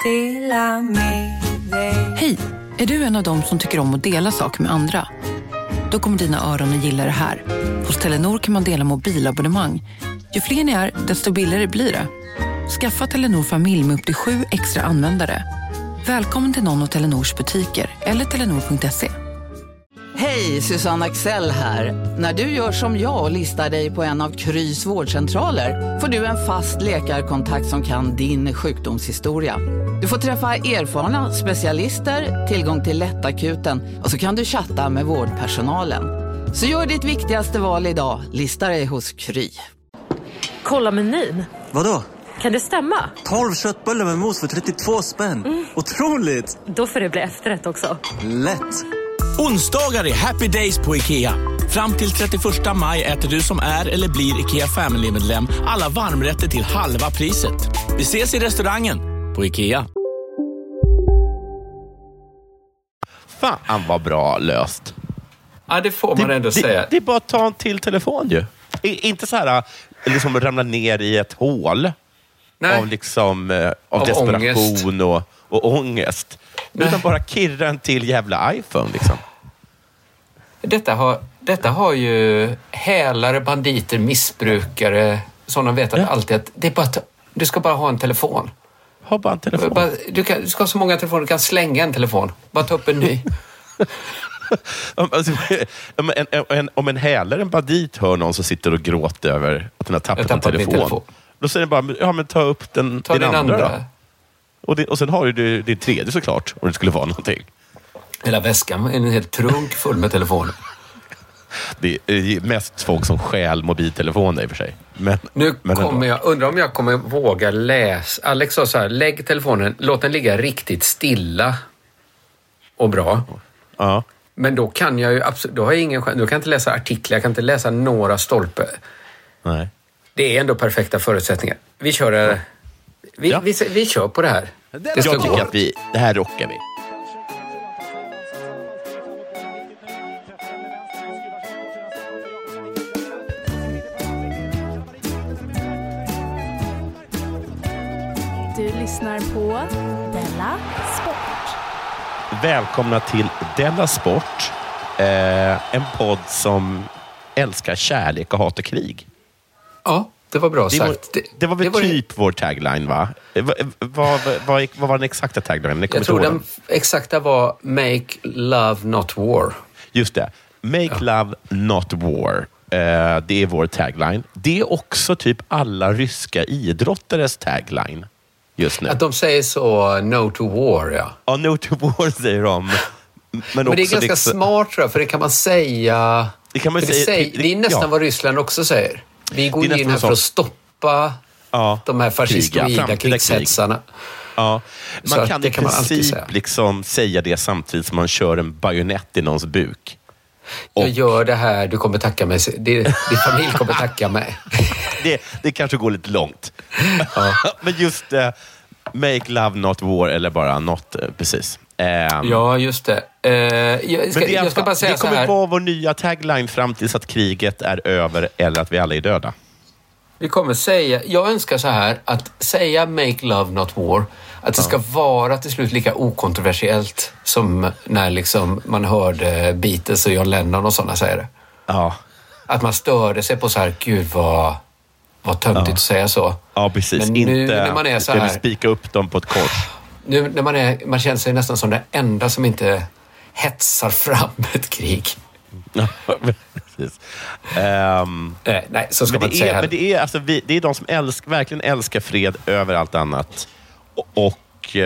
Hej, är du en av dem som tycker om att dela saker med andra? Då kommer dina öron att gilla det här. Hos Telenor kan man dela mobilabonnemang. Ju fler ni är, desto billigare blir det. Skaffa Telenor familj med upp till 7 extra användare. Välkommen till någon av Telenors butiker eller telenor.se. Hej, Susanne Axel här. När du gör som jag och listar dig på en av Krys vårdcentraler får du en fast läkarkontakt som kan din sjukdomshistoria. Du får träffa erfarna specialister, tillgång till lättakuten och så kan du chatta med vårdpersonalen. Så gör ditt viktigaste val idag, lista dig hos Kry. Kolla menyn. Vadå? Kan det stämma? 12 köttbullar med mos för 32 spänn. Otroligt! Då får det bli efterrätt också. Lätt! Onsdagar är happy days på IKEA. Fram till 31 maj äter du som är eller blir IKEA Family-medlem alla varmrätter till halva priset. Vi ses i restaurangen på IKEA. Fan vad bra löst. Ja, det får man ändå säga. Det är bara att ta en till telefon ju. Inte så här liksom ramla ner i ett hål. Nej. Av desperation och ångest. Utan bara kirra en till jävla iPhone liksom. Detta har ju hälare, banditer, missbrukare, sådana vet att alltid att det är bara du ska bara ha en telefon. Ha bara en telefon. Du ska ha så många telefoner, du kan slänga en telefon. Bara ta upp en ny. Om en hälare, en bandit hör någon som sitter och gråter över att den har tappat en telefon. Då säger den bara, ja men ta upp din andra då. Och sen har du din tredje såklart, om det skulle vara någonting. Hela väskan är en helt trunk full med telefoner. Det är mest folk som stjäl mobiltelefoner i och för sig. Men undrar om jag kommer våga läsa. Alex sa så här, lägg telefonen, låt den ligga riktigt stilla och bra. Ja. Men då kan jag ju absolut, då har jag ingen chans, då kan jag inte läsa artiklar, jag kan inte läsa några stolpar. Nej. Det är ändå perfekta förutsättningar. Vi kör vi kör på det här. Jag tycker att det här rockar vi. Du lyssnar på Della Sport. Välkomna till Della Sport. En podd som älskar kärlek och hat och krig. Ja, det var bra sagt. Det var väl typ vår tagline, va? Vad var den exakta taglinen? Jag tror den exakta var Make Love Not War. Just det. Make Love Not War. Det är vår tagline. Det är också typ alla ryska idrottares tagline just nu. Att de säger så, no to war, ja. Ja, no to war säger de. Men det är ganska smart, tror jag, för det kan man säga... Det är nästan vad Ryssland också säger. Vi går in här för att stoppa de här fascistoida krigshetsarna. Ja, man kan i princip liksom säga det samtidigt som man kör en bajonett i någons buk. Jag gör det här, du kommer tacka mig. Din familj kommer tacka mig. Det kanske går lite långt. Men just make love not war, eller bara not, precis. Ja, just det. Jag ska bara säga det kommer så här. vara vår nya tagline fram tills att kriget är över eller att vi alla är döda. Vi kommer säga, jag önskar så här, att säga make love not war, att det ska vara till slut lika okontroversiellt som när liksom man hörde Beatles och John Lennon och sådana säger det. Ja. Att man störde sig på så här, gud vad töntigt att säga så. Ja, precis. Men inte nu när man är så här, spika upp dem på ett kors. Nu när man känner sig nästan som den enda som inte hetsar fram ett krig. Precis. Nej, så ska man inte säga. Men det är, alltså, det är de som verkligen älskar fred över allt annat. Och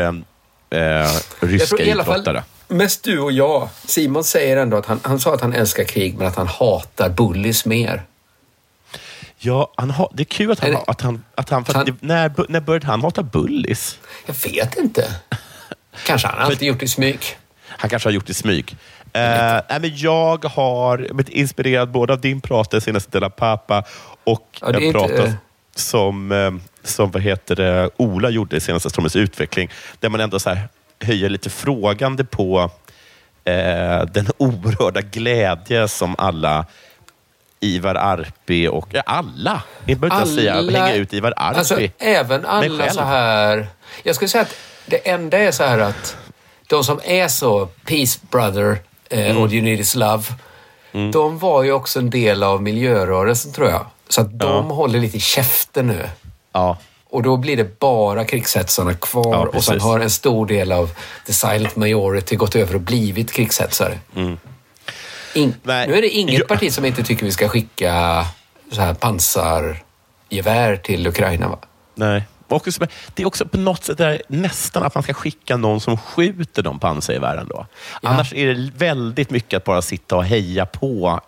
ryska idrottare. Mest du och jag. Simon säger ändå att han sa att han älskar krig, men att han hatar bullies mer. Ja, det är kul när började han hata bullies? Jag vet inte. Kanske han alltid gjort i smyg. Han kanske har gjort i smyg. Men jag har blivit inspirerad både av din prata senaste Della Pappa och en prata som vad heter det, Ola gjorde i senaste Stormens utveckling, där man ändå så här höjer lite frågande på den oerhörda glädje som alla Ivar Arpi och alla. Jag behöver inte säga hänga ut Ivar Arpi. Alltså, även alla så här. Jag skulle säga att det enda är så här att de som är så peace brother, all you need is love, de var ju också en del av miljörörelsen, tror jag. Så att de håller lite i käften nu. Ja. Och då blir det bara krigshetsarna kvar, och sen har en stor del av the silent majority gått över och blivit krigshetsare. Nu är det inget parti som inte tycker vi ska skicka så här pansargevär till Ukraina, va? Nej. Och det är också på något sätt där nästan att man ska skicka någon som skjuter de pansargevären då. Ja. Annars är det väldigt mycket att bara sitta och heja på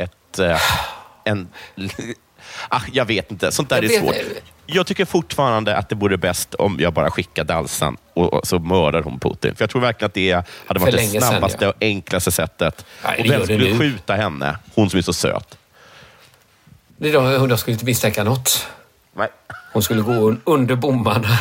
jag vet inte. Sånt där är svårt. Jag tycker fortfarande att det vore bäst om jag bara skickar Dalsan och så mördar hon Putin. För jag tror verkligen att det hade varit det snabbaste och enklaste sättet. Och vem skulle skjuta henne? Hon som är så söt. Hon skulle inte misstänka något. Nej. Hon skulle gå under bommarna.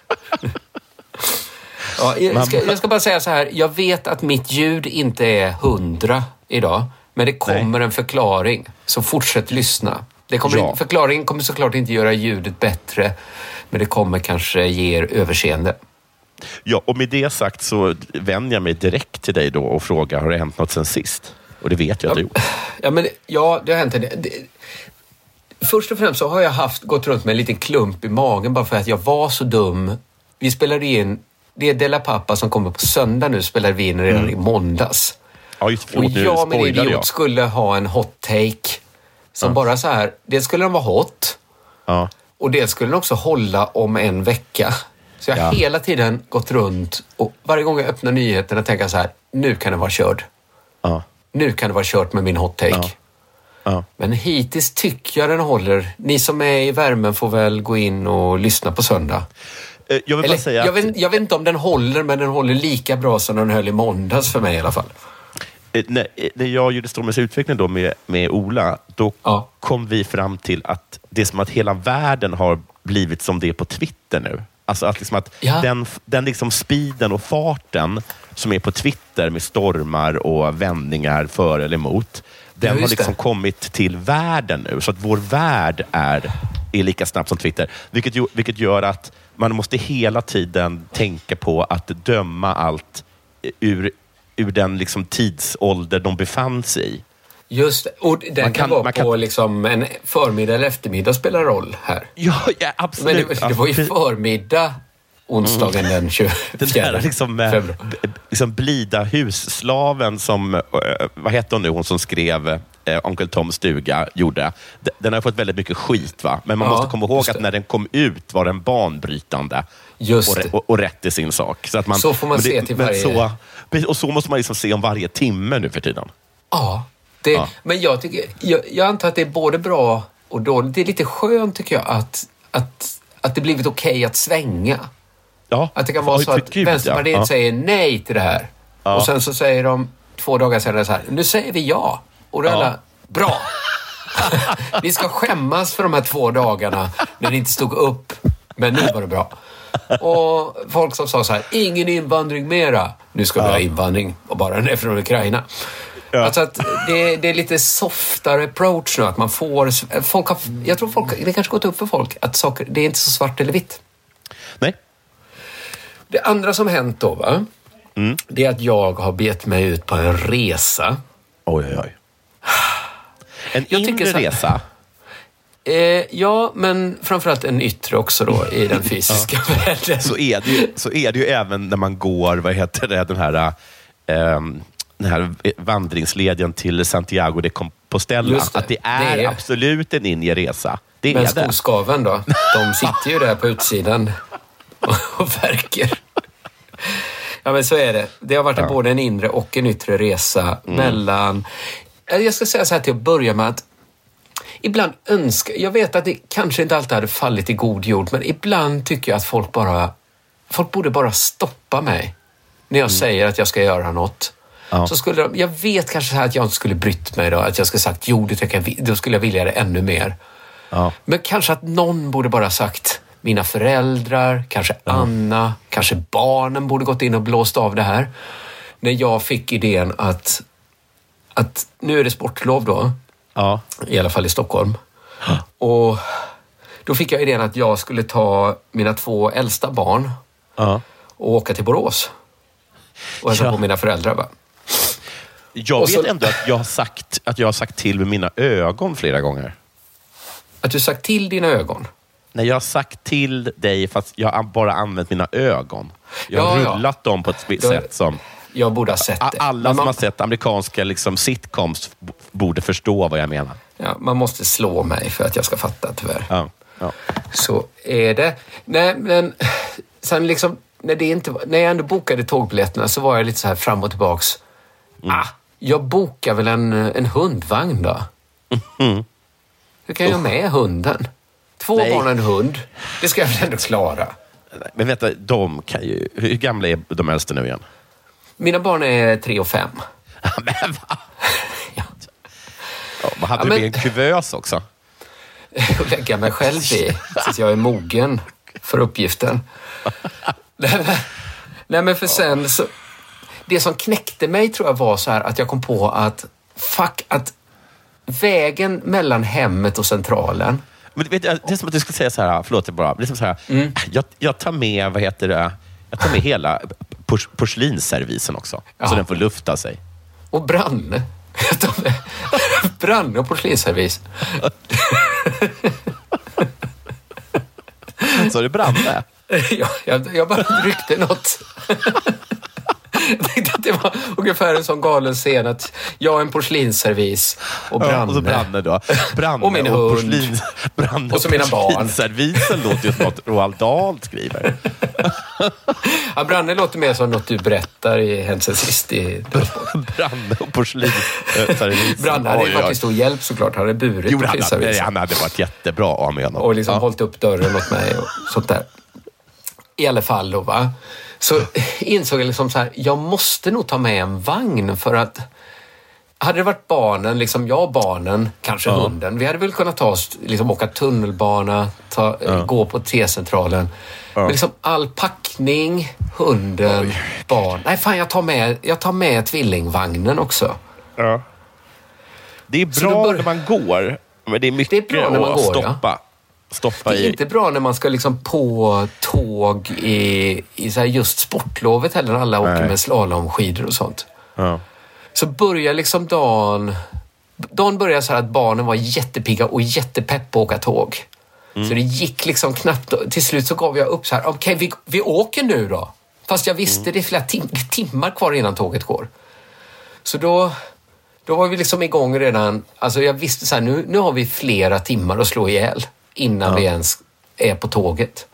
Jag ska bara säga så här. Jag vet att mitt ljud inte är 100 idag. Men det kommer en förklaring. Så fortsätt lyssna. Förklaringen kommer såklart inte göra ljudet bättre. Men det kommer kanske ge er överseende. Ja, och med det sagt så vänder jag mig direkt till dig då och frågar, har det hänt något sen sist? Och det vet jag att du gjort. Det har hänt det. Först och främst så har jag gått runt med en liten klump i magen bara för att jag var så dum. Vi spelade in, det är Della Pappa som kommer på söndag nu, spelade vi in redan i måndags. Ja, just och jag med idiot skulle ha en hot take som bara så här, det skulle den vara hot och det skulle den också hålla om en vecka. Så jag har hela tiden gått runt och varje gång jag öppnar nyheterna tänker jag så här, nu kan det vara körd. Nu kan det vara kört med min hot take. Men hittills tycker jag den håller. Ni som är i värmen får väl gå in och lyssna på söndag. Jag vill bara säga jag vet inte om den håller, men den håller lika bra som den höll i måndags för mig i alla fall. När jag gjorde Stormens utveckling då med Ola, då kom vi fram till att det är som att hela världen har blivit som det är på Twitter nu. Alltså att, liksom att den liksom speeden och farten som är på Twitter med stormar och vändningar för eller emot, den har liksom kommit till världen nu. Så att vår värld är lika snabb som Twitter. Vilket gör att man måste hela tiden tänka på att döma allt ur den liksom tidsålder de befann sig i. Just det. Och den kan vara på liksom en förmiddag eller eftermiddag spelar roll här. Ja, absolut. Men det var ju förmiddag onsdagen den 24 februari. Liksom blida husslaven som, vad heter hon nu, hon som skrev Onkel Toms stuga gjorde. Den har fått väldigt mycket skit, va? Men man måste komma ihåg att när den kom ut var den banbrytande och rätt i sin sak. Så, att så får man se till varje... Och så måste man liksom se om varje timme nu för tiden. Ja, men jag antar att det är både bra och dåligt. Det är lite skönt tycker jag att det blivit okej att svänga. Ja, att det kan vara så att Vänsterpartiet säger nej till det här. Ja. Och sen så säger de 2 dagar senare så här, nu säger vi ja. Och då är alla, bra. Vi ska skämmas för de här 2 dagarna när det inte stod upp. Men nu var det bra. Och folk som sa så här, ingen invandring mera. Nu ska vi ha invandring och bara den är från Ukraina. Ja. Alltså att det är lite softare approach nu. Att man får... jag tror det kanske gått upp för folk att saker, det är inte så svart eller vitt. Nej. Det andra som hänt då, va? Det är att jag har bet mig ut på en resa. Oj. En inre resa? Ja, men framförallt en yttre också då i den fysiska världen. Så är det ju även när man går, den här vandringsleden till Santiago de Compostela. Att det är absolut en inre resa. Men skoskaven då? De sitter ju där på utsidan och verkar. Ja, men så är det. Det har varit både en inre och en yttre resa mellan... Jag ska säga så här till att börja med att ibland jag vet att det kanske inte alltid hade fallit i god jord, men ibland tycker jag att folk borde bara stoppa mig när jag säger att jag ska göra något. Ja. Så skulle jag vet kanske så här att jag inte skulle brytt mig då, att jag skulle sagt då skulle jag vilja det ännu mer. Ja. Men kanske att någon borde bara sagt, mina föräldrar, kanske Anna, kanske barnen borde gått in och blåst av det här. När jag fick idén att nu är det sportlov då. Ja. I alla fall i Stockholm. Och då fick jag idén att jag skulle ta mina 2 äldsta barn och åka till Borås. Och hälsa på mina föräldrar, va? Jag vet ändå att jag har sagt till med mina ögon flera gånger. Att du sagt till dina ögon? Nej, jag har sagt till dig fast jag har bara använt mina ögon. Jag har rullat dem på ett sätt som... Jag borde ha sett det. Alla som har sett amerikanska liksom, sitcoms borde förstå vad jag menar. Ja, man måste slå mig för att jag ska fatta, tyvärr. Ja. Så är det. Nej, men sen liksom, när jag ändå bokade tågbiljetterna så var jag lite så här fram och tillbaks. Jag bokar väl en hundvagn då? Hur kan jag med hunden? 2 barn och en hund. Det ska jag väl ändå klara. Men vänta, de kan ju... Hur gamla är de äldsta nu igen? Mina barn är 3 och 5. Men va? Vad hade du med en kuvös också? Och lägga mig själv i. Så jag är mogen för uppgiften. Nej, men för sen så... Det som knäckte mig tror jag var så här att jag kom på att att vägen mellan hemmet och centralen... Men vet, det är som att du skulle säga så här, förlåt bara, det är som så här, jag tar med, jag tar med hela porslinsservisen också, så den får lufta sig. Och Branne. Jag tar med Branne och porslinsservis. Så är det Branne? Ja, jag bara ryckte något. Jag tänkte att det var ungefär en sån galen scen att jag är en porslinsservis och Branne. Ja, och så Branne då. Branne och min hund. Branne och så mina barn. Porslinsservisen låter ju som något Roald Dahl skriver. Ja, Branne låter mer som något du berättar i Händelsen sist i Branne och porslinsservisen. Branne hade ju varit stor hjälp såklart. Han hade burit porslinsservisen. Han hade varit jättebra av med honom. Och liksom hållit upp dörren åt mig och sånt där. I alla fall då, va? Så insåg jag liksom så här, jag måste nog ta med en vagn för att hade det varit barnen, liksom jag och barnen, kanske hunden, vi hade väl kunnat ta oss, liksom åka tunnelbana, gå på T-centralen. Men liksom all packning, hunden, barn. Nej fan, jag tar med tvillingvagnen också. Ja. Det är bra när man går, men det är mycket det är bra när man går, stoppa. Det är inte bra när man ska liksom på tåg i så här just sportlovet heller, när alla åker med slalomskidor och sånt. Ja. Så börjar liksom dagen börjar så här att barnen var jättepigga och jättepepp på att åka tåg. Så det gick liksom knappt. Till slut så gav jag upp så här, okej, vi åker nu då. Fast jag visste det är flera timmar kvar innan tåget går. Så då var vi liksom igång redan. Alltså jag visste så här, nu har vi flera timmar att slå ihjäl innan vi ens är på tåget.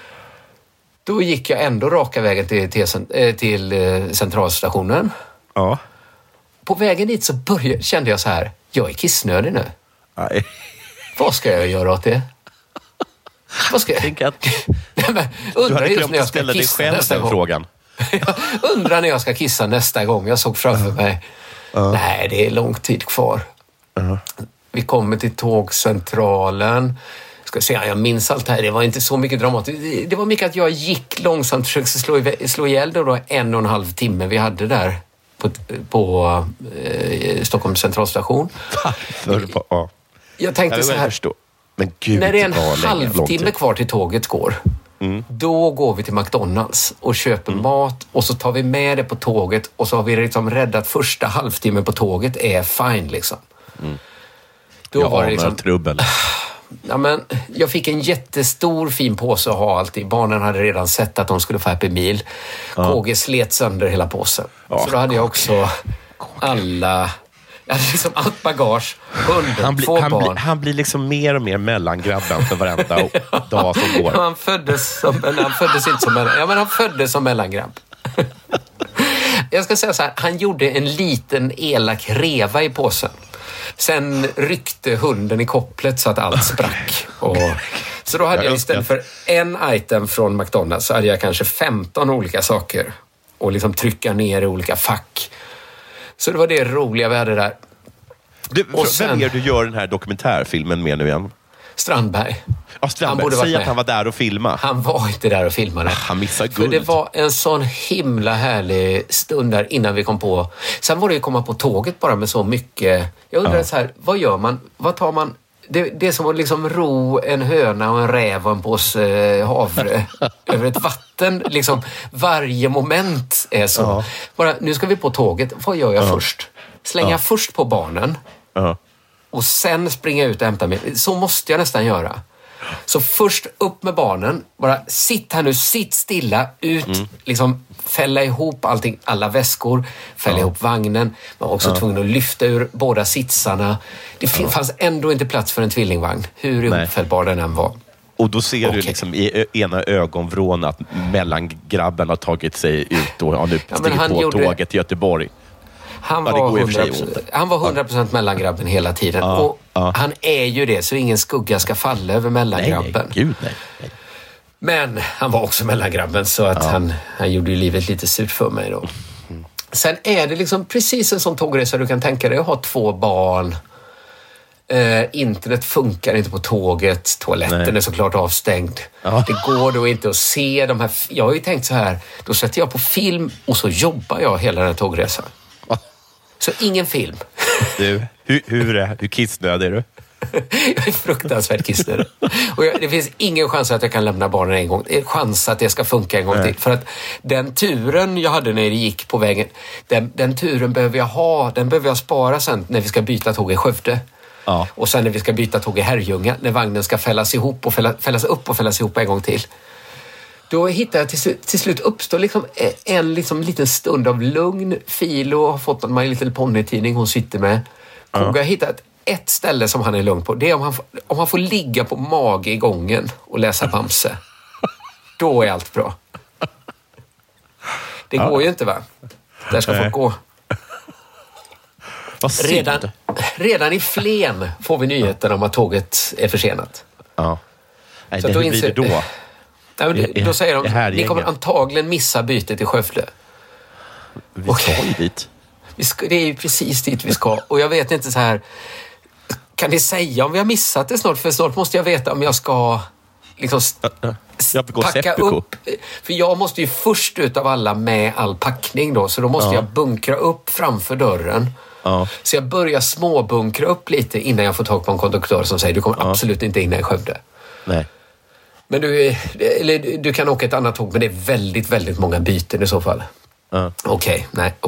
Då gick jag ändå raka vägen till centralstationen. Ja. På vägen dit så kände jag så här, jag är kissnödig nu. Nej. Vad ska jag göra åt det? Vad ska jag... Undrar just när jag ska kissa nästa gång. Frågan. Jag undrar när jag ska kissa nästa gång. Jag såg framför mig. Nej, det är lång tid kvar. Vi kommer till tågcentralen. Jag minns allt här. Det var inte så mycket dramatiskt. Det var mycket att jag gick långsamt, försökte slå ihjäl då 1,5 timme vi hade där på Stockholms centralstation. Jag tänkte så här. Men gud, när det är en halvtimme kvar till tåget går, då går vi till McDonalds och köper mat och så tar vi med det på tåget och så har vi liksom räddat första halvtimmen på tåget är fine liksom. Då var det liksom trubbel. Ja, men jag fick en jättestor fin påse att ha alltid. Barnen hade redan sett att de skulle få Happy Meal. KG slet sönder hela påsen. Så då hade jag också jag hade liksom allt bagage, hunden, 2 barn. Han blir liksom mer och mer mellangrabben för varenda dag som går. Han föddes som mellangrabb. Jag ska säga så här, han gjorde en liten elak reva i påsen. Sen ryckte hunden i kopplet så att allt sprack. Så då hade jag istället för en item från McDonalds så hade jag kanske 15 olika saker. Och liksom trycka ner i olika fack. Så det var det roliga vi hade där. Vem är du gör den här dokumentärfilmen med nu igen? Strandberg. Ja, Strandberg. Säg att han var där och filmade. Han var inte där och filmade. Han missade guld. För det var en sån himla härlig stund där innan vi kom på. Sen var det ju komma på tåget bara med så mycket. Jag undrar så här, vad gör man? Vad tar man? det är som att liksom ro en höna och en räv och en påse havre över ett vatten. Liksom, varje moment är så. Ja. Bara, nu ska vi på tåget. Vad gör jag först? Slänga först på barnen och sen springa ut och hämta mig. Så måste jag nästan göra. Så först upp med barnen, bara sitt här nu, sitt stilla, ut, liksom fälla ihop allting, alla väskor, fälla ihop vagnen. Man var också tvungen att lyfta ur båda sitsarna. Det fanns ändå inte plats för en tvillingvagn, hur ihopfällbar den än var. Och då ser du liksom i ena ögonvrån att mellangrabben har tagit sig ut och har nu stigit på tåget till Göteborg. Han var 100% mellangrabben hela tiden. Och han är ju det, så ingen skugga ska falla över mellangrabben. Nej. Men han var också mellangrabben, så att han gjorde ju livet lite surt för mig då. Sen är det liksom precis en sån tågresa du kan tänka dig att ha 2 barn. Internet funkar inte på tåget. Toaletten är såklart avstängd. Det går då inte att se de här... Jag har ju tänkt så här, då sätter jag på film och så jobbar jag hela den här tågresan. Så ingen film. Du, hur kissnödig är du? Jag är fruktansvärt kissnödig. Och det finns ingen chans att jag kan lämna barnen en gång. Det är chans att det ska funka en gång till. För att den turen jag hade när det gick på vägen, den turen behöver jag ha. Den behöver jag spara sen när vi ska byta tåg i Skövde. Och sen när vi ska byta tåg i Herrljunga, när vagnen ska fällas ihop och fällas upp och fällas ihop en gång till. Då hittar jag till slut uppstår liksom en liten stund av lugn. Filo har fått en My Little Pony-tidning hon sitter med. Jag har hittat ett ställe som han är lugn på. Det är om han får ligga på mage i gången och läsa Bamse. Då är allt bra. Det går ju inte, va? Där ska folk gå. Redan i Flen får vi nyheten om att tåget är försenat. Ja. Nej, så hur blir det då? Då säger de, ni kommer antagligen missa bytet i Skövde. Vi ska ju dit. Det är ju precis dit vi ska. Och jag vet inte så här, kan ni säga om vi har missat det snart? För snart måste jag veta om jag ska liksom packa upp. För jag måste ju först ut av alla med all packning då. Så då måste jag bunkra upp framför dörren. Så jag börjar småbunkra upp lite innan jag får tag på en konduktör som säger, du kommer absolut inte in i Skövde. Nej. Men du kan åka ett annat tåg, men det är väldigt, väldigt många byten i så fall. Okej.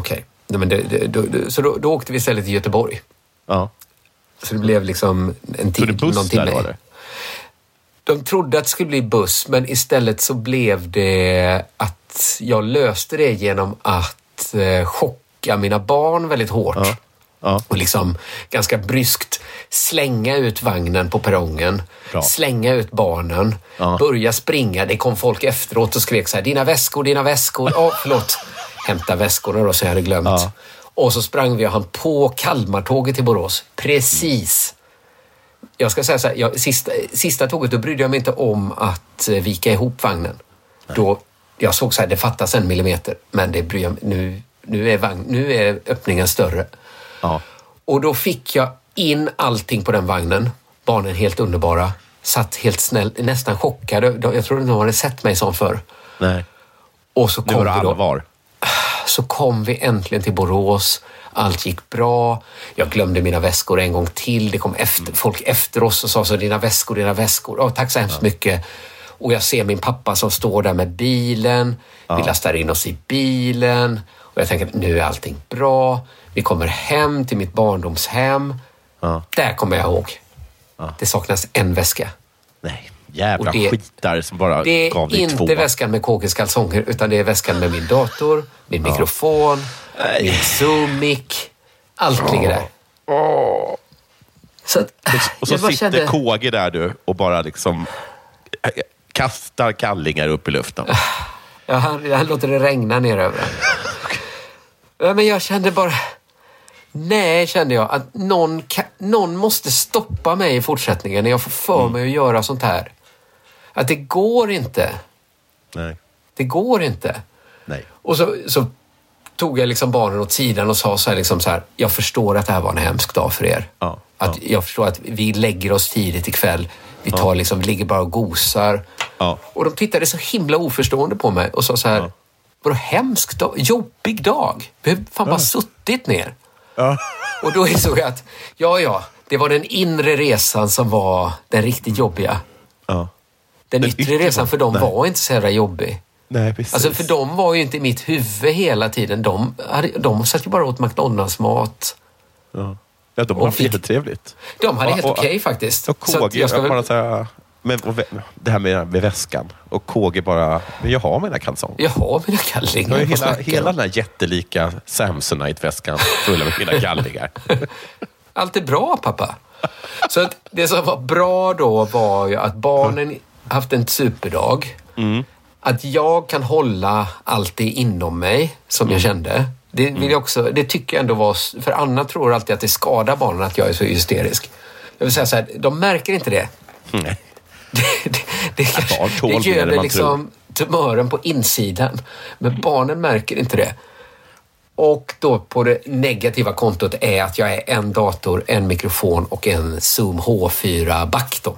Så då åkte vi istället till Göteborg. Så det blev liksom en timme. Så det buss där var det? De trodde att det skulle bli buss, men istället så blev det att jag löste det genom att chocka mina barn väldigt hårt. Och liksom ganska bryskt slänga ut vagnen på perrongen. Slänga ut barnen. Börja springa. Det kom folk efteråt och skrek så här, dina väskor. Förlåt. Hämta väskorna då, så jag hade glömt. Och så sprang vi och han på Kalmartåget till Borås. Precis. Jag ska säga så här, sista tåget då brydde jag mig inte om att vika ihop vagnen. Då, jag såg så här, det fattas 1 millimeter. Men det bryr jag mig, nu är öppningen större. Och då fick jag in allting på den vagnen. Barnen helt underbara. Satt helt snällt, nästan chockade. Jag tror inte de hade sett mig som förr. Nej. Och så kom allvar. Så kom vi äntligen till Borås. Allt gick bra. Jag glömde mina väskor en gång till. Det kom folk efter oss och sa så, dina väskor. Tack så hemskt mycket. Och jag ser min pappa som står där med bilen. Vi lastar in oss i bilen. Och jag tänker, nu är allting bra. Vi kommer hem till mitt barndomshem. Där kommer jag ihåg. Det saknas en väska. Nej, jävla skitar som bara gav dig 2. Det är inte väskan med KGs kalsonger, utan det är väskan med min dator, min mikrofon, min Zoom-mic. Allt ligger där. Och så sitter KG där du och bara liksom kastar kallingar upp i luften. Ja, han låter det regna ner över den. Men jag kände bara... Nej, kände jag. Att någon måste stoppa mig i fortsättningen när jag får för mig att göra sånt här. Att det går inte. Nej. Det går inte. Nej. Och så tog jag liksom barnen åt sidan och sa så här, jag förstår att det här var en hemsk dag för er. Jag förstår att vi lägger oss tidigt ikväll. Vi tar ligger bara och gosar. Och de tittade så himla oförstående på mig och sa så här, vadå hemsk dag? Jobbig dag? Vi har fan bara suttit ner. Och då insåg jag att, Det var den inre resan som var den riktigt jobbiga. Ja. Den yttre resan för dem var inte så jävla jobbig. Nej, precis. Alltså för dem var ju inte i mitt huvud hela tiden. De satt ju bara åt McDonalds-mat. Ja, de har jättetrevligt. De hade helt okej faktiskt. Och KG, jag ska bara säga... Men det här med väskan. Och KG bara... Men jag har mina kalsonger. Jag har mina kallingar. Jag har hela den här jättelika Samsonite-väskan full med mina kallingar. Allt är bra, pappa. Så att det som var bra då var ju att barnen haft en superdag. Att jag kan hålla allt det inom mig som jag kände. Det vill jag också, det tycker jag ändå var... För Anna tror alltid att det skadar barnen att jag är så hysterisk. Jag vill säga så här, de märker inte det. Nej. Det gör liksom tumören på insidan. Men barnen märker inte det. Och då på det negativa kontot är att jag är en dator, en mikrofon och en Zoom H4-back då.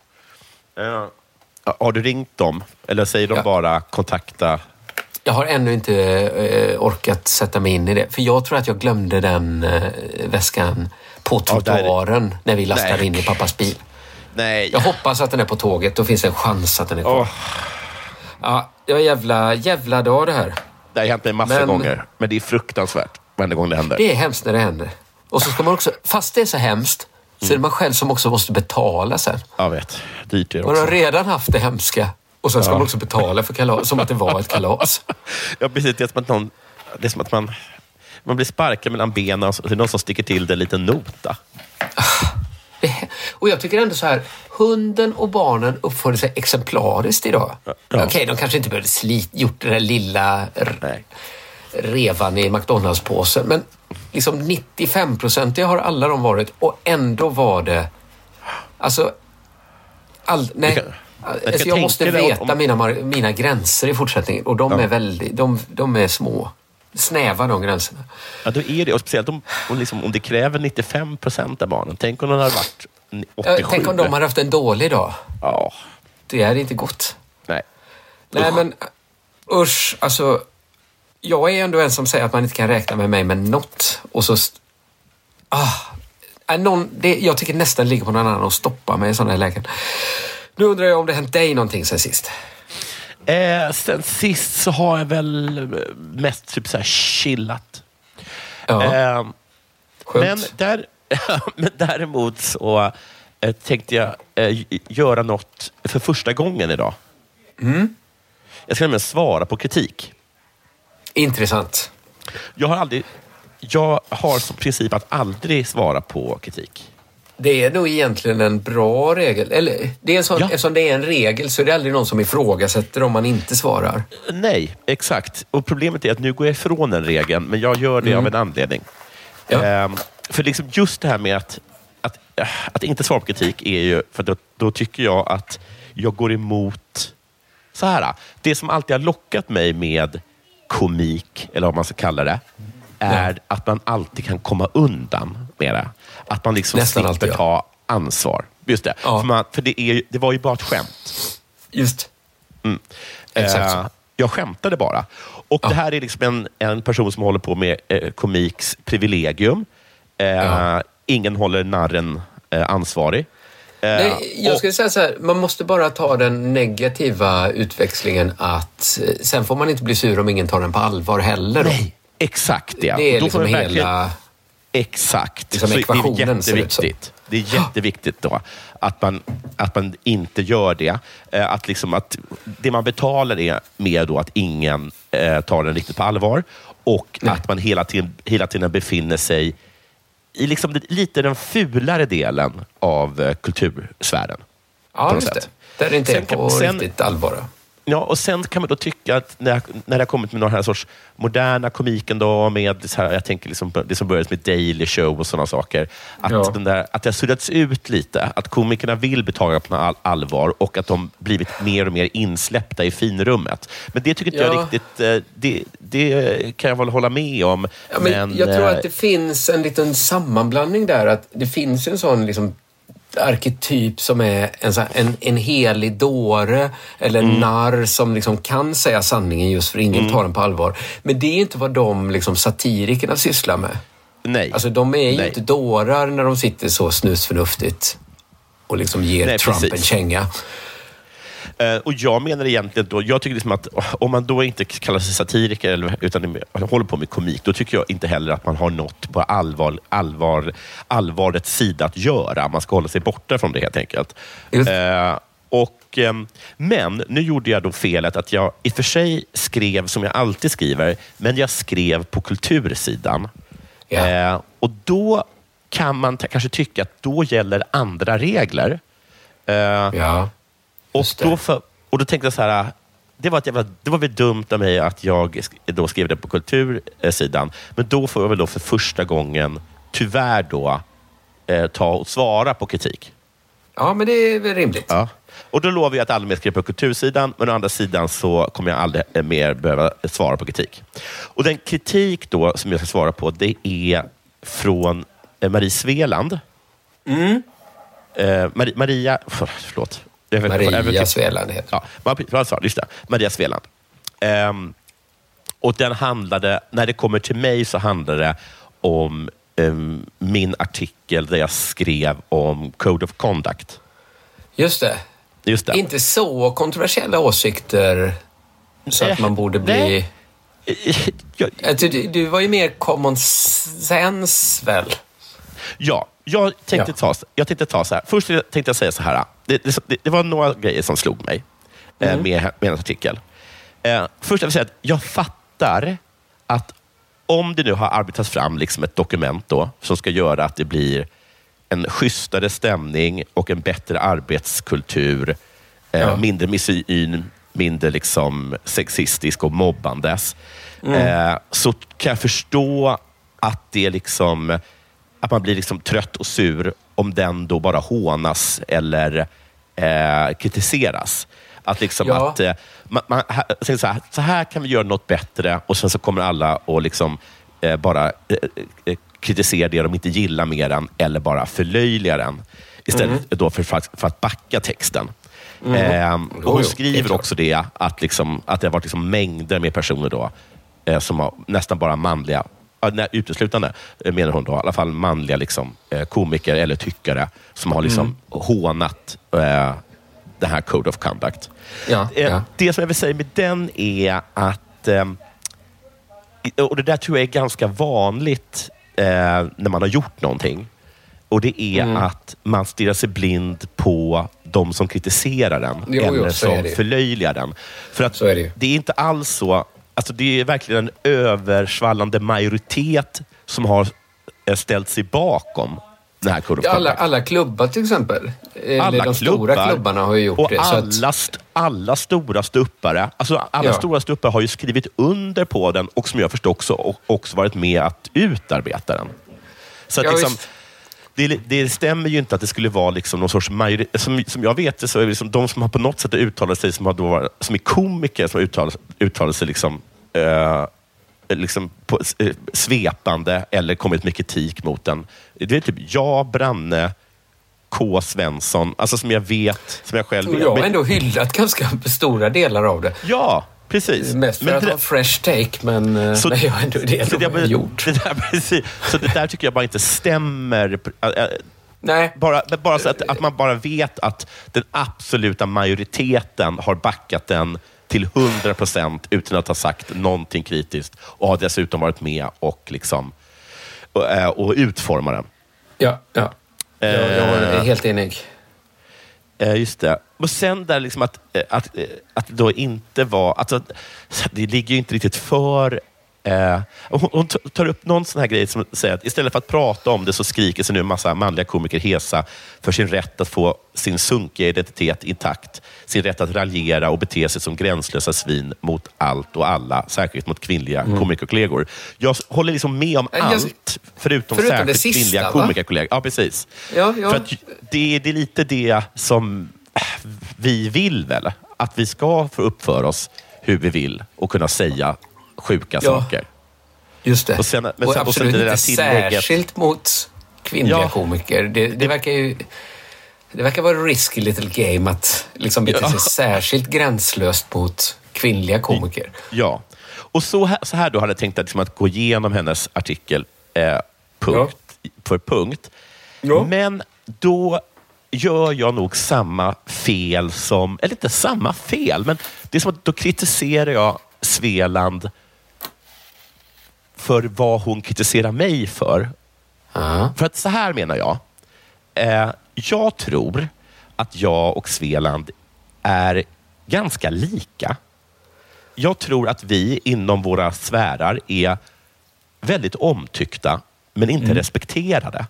Har du ringt dem? Eller säger de bara kontakta? Jag har ännu inte orkat sätta mig in i det. För jag tror att jag glömde den väskan på trottoaren när vi lastade in i pappas bil. Nej. Jag hoppas att den är på tåget. Då finns en chans att den är kvar. Ja, det var jävla dag det här. Det har hänt mig massa gånger. Men det är fruktansvärt varje gång det händer. Det är hemskt när det händer. Och så ska man också, fast det är så hemskt, så är det man själv som också måste betala sen. Jag vet. Dyrt är det också. Man har redan haft det hemska. Och sen ska man också betala för kalas, som att det var ett kalas. Ja, precis. Det är som att man blir sparkad mellan benen och det är någon som sticker till det en liten nota. Och jag tycker ändå så här, hunden och barnen uppförde sig exemplariskt idag. Okej, de kanske inte behövde gjort den där lilla revan i McDonalds-påsen, men liksom 95% har alla de varit, och ändå var det alltså jag måste veta mina gränser i fortsättningen, och de är väldigt de är små. Snäva de gränserna. Ja, då är det. Och speciellt om det kräver 95% av barnen. Tänk om de hade varit 87. Tänk om de hade haft en dålig dag. Ja. Det är inte gott. Nej. Nej, men usch, alltså jag är ändå en som säger att man inte kan räkna med mig med något. Och så jag tycker nästan ligger på någon annan och stoppa mig i sådana här lägen. Nu undrar jag om det hänt dig någonting sen sist. Sen sist så har jag väl mest typ så här chillat. Ja. Men däremot så tänkte jag göra något för första gången idag. Jag ska nämligen svara på kritik. Intressant. Jag har som princip att aldrig svara på kritik. Det är nog egentligen en bra regel. Eller, det är en sån, eftersom det är en regel så är det aldrig någon som ifrågasätter om man inte svarar. Nej, exakt. Och problemet är att nu går jag ifrån den regeln, men jag gör det av en anledning. Ja. För liksom just det här med att inte svara på kritik är ju, för då tycker jag att jag går emot så här. Det som alltid har lockat mig med komik, eller vad man ska kalla det, är att man alltid kan komma undan med det. Att man liksom slipper ta ansvar. Just det. Ja. För det var ju bara ett skämt. Just. Exakt. Jag skämtade bara. Och det här är liksom en person som håller på med komiks privilegium. Ingen håller narren ansvarig. Nej, jag skulle säga så här, man måste bara ta den negativa utväxlingen att sen får man inte bli sur om ingen tar den på allvar heller. Nej, exakt. Ja. Det är då liksom hela... Exakt. Liksom ekvationen, det är jätteviktigt. Det är jätteviktigt då att man inte gör det. Att det man betalar är med då att ingen tar den riktigt på allvar, och att man hela tiden befinner sig i liksom lite den fulare delen av kultursfären. Ja, just det. Där det inte är på riktigt allvar. Ja, och sen kan man då tycka att när det har kommit med någon här sorts moderna komiken då, med så här, jag tänker liksom det som började med Daily Show och sådana saker, att det har suddats ut lite, att komikerna vill bli på allvar och att de blivit mer och mer insläppta i finrummet. Men det tycker inte jag riktigt, det kan jag väl hålla med om. Ja, men jag tror att det finns en liten sammanblandning där, att det finns en sån liksom arketyp som är en helig dåre eller narr som liksom kan säga sanningen just för ingen tar den på allvar. Men det är inte vad de liksom satirikerna sysslar med. Nej. Alltså de är ju inte dårar när de sitter så snusförnuftigt och liksom ger Trump en känga. Och jag menar egentligen då, jag tycker liksom att om man då inte kallar sig satiriker utan håller på med komik, då tycker jag inte heller att man har något på allvarets sida att göra. Man ska hålla sig borta från det helt enkelt. Men nu gjorde jag då felet att jag i och för sig skrev som jag alltid skriver, men jag skrev på kultursidan. Och då kan man kanske tycka att då gäller andra regler. Och då tänkte jag så här, det var väl dumt av mig att jag då skrev det på kultursidan, men då får jag väl då för första gången tyvärr då ta och svara på kritik. Ja, men det är väl rimligt. Ja. Och då lovar jag att aldrig mer skriva på kultursidan, men å andra sidan så kommer jag aldrig mer behöva svara på kritik. Och den kritik då som jag ska svara på, det är från Marie Sveland. Maria Sveland heter det. Maria Sveland. Och den handlade, när det kommer till mig så handlar det om min artikel där jag skrev om Code of Conduct. Just det. Inte så kontroversiella åsikter så att man borde bli... Du var ju mer common sense väl? Ja, jag tänkte ta så här. Först tänkte jag säga så här. Det var några grejer som slog mig med en artikel. Först jag vill säga att jag fattar att om det nu har arbetats fram liksom ett dokument då, som ska göra att det blir en schysstare stämning och en bättre arbetskultur, mindre misogyn, mindre liksom sexistisk och mobbandes, så kan jag förstå att det liksom, att man blir liksom trött och sur om den då bara hånas eller kritiseras. Att liksom att man säger så här kan vi göra något bättre, och sen så kommer alla och liksom bara kritisera det de inte gillar mer än, eller bara förlöjligar den istället då för att backa texten. Och hon skriver också det att, liksom, att det har varit liksom mängder med personer då som har nästan bara manliga, uteslutande menar hon då, i alla fall manliga liksom, komiker eller tyckare som har liksom hånat det här Code of Conduct. Det som jag vill säga med den är att och det där tror jag är ganska vanligt när man har gjort någonting, och det är att man stirrar sig blind på de som kritiserar den eller som förlöjligar den. För att det är inte alls så, alltså det är verkligen en översvallande majoritet som har ställt sig bakom den här Code of Conduct. Alla klubbar till exempel. De stora klubbarna har ju gjort och det. Alla stora stuppare, alltså stora stuppare har ju skrivit under på den, och som jag förstår också varit med att utarbeta den. Så att liksom, det stämmer ju inte att det skulle vara liksom någon sorts majoritet. Som jag vet det, så är det liksom de som har på något sätt uttalat sig, som är komiker, som har uttalat sig liksom på, svepande eller kommit med kritik mot den. Det är typ jag, Branne, K. Svensson, alltså som jag vet, som jag själv vet. Jag har ändå hyllat ganska stora delar av det. Ja, precis. Mest för att ha fresh take, men så, jag har ändå det har gjort. Precis. Så det där tycker jag bara inte stämmer. Nej. Bara så att man bara vet att den absoluta majoriteten har backat den till 100% utan att ha sagt någonting kritiskt, och har dessutom varit med och liksom och utforma den. Ja. Jag är helt enig. Just det. Och sen där liksom att då inte var, alltså det ligger ju inte riktigt för hon tar upp någon sån här grej som säger att istället för att prata om det så skriker sig nu en massa manliga komiker hesa för sin rätt att få sin sunkiga identitet intakt, sin rätt att raljera och bete sig som gränslösa svin mot allt och alla, särskilt mot kvinnliga komikerkollegor. Jag håller liksom med om allt förutom särskilt sista, kvinnliga komikerkollegor. Ja, precis. Ja. För att det är lite det som vi vill väl, att vi ska få uppföra oss hur vi vill och kunna säga sjuka saker. Just det. Och, sen, och absolut inte särskilt mot kvinnliga komiker. Det verkar ju... Det verkar vara risky little game att liksom bete sig särskilt gränslöst mot kvinnliga komiker. Ja. Och så här då hade jag tänkt att gå igenom hennes artikel punkt för punkt. Ja. Men då gör jag nog samma fel som, eller inte samma fel, men det är som att då kritiserar jag Svealand för vad hon kritiserar mig för. För att så här menar jag. Jag tror att jag och Svealand är ganska lika. Jag tror att vi inom våra sfärer är väldigt omtyckta, men inte respekterade.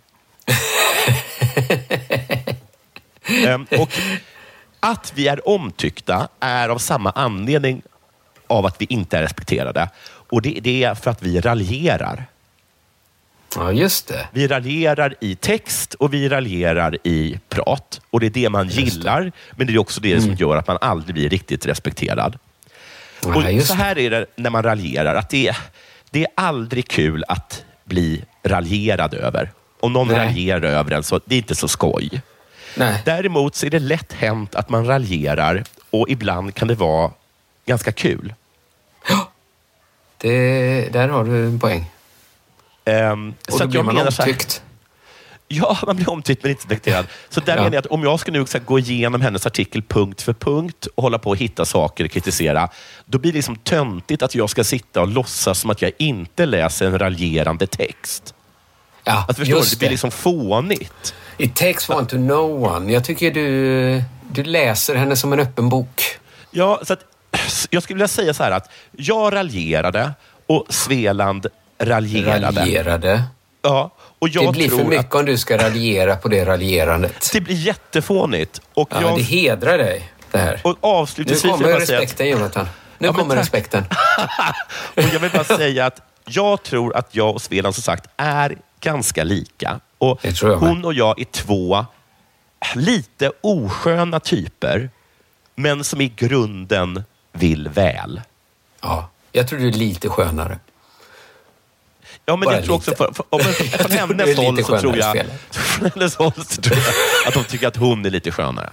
Och att vi är omtyckta är av samma anledning av att vi inte är respekterade. Och det är för att vi raljerar. Ja, just det. Vi raljerar i text och vi raljerar i prat. Och det är det man gillar, men det är också det som gör att man aldrig blir riktigt respekterad. Ja, och så här är det när man raljerar, att det är aldrig kul att bli raljerad över. Om någon raljerar över en, så det är inte så skoj. Nej. Däremot så är det lätt hänt att man raljerar, och ibland kan det vara ganska kul. Ja, där har du en poäng. Och så då blir man omtyckt. Ja, man blir omtyckt men inte respekterad. Så där menar jag att om jag ska nu gå igenom hennes artikel punkt för punkt och hålla på att hitta saker och kritisera, då blir det liksom töntigt att jag ska sitta och låtsas som att jag inte läser en raljerande text. Ja, att förstår det blir liksom fånigt. It takes one to know one. Jag tycker du läser henne som en öppen bok. Ja, så att jag skulle vilja säga så här att jag raljerade och Svealand raljerade. Ja, och jag det blir tror för mycket om du ska raljera på det raljerandet. Det blir jättefånigt. Och det hedrar dig, det här. Och avslutningsvis nu kommer respekten, Jonathan. Nu kommer respekten. Och jag vill bara säga att jag tror att jag och Svealand som sagt är ganska lika. Och hon och jag är två lite osköna typer, men som i grunden vill väl. Ja, jag tror du är lite skönare. Ja, men bara jag tror också från hennes håll så tror jag att de tycker att hon är lite skönare.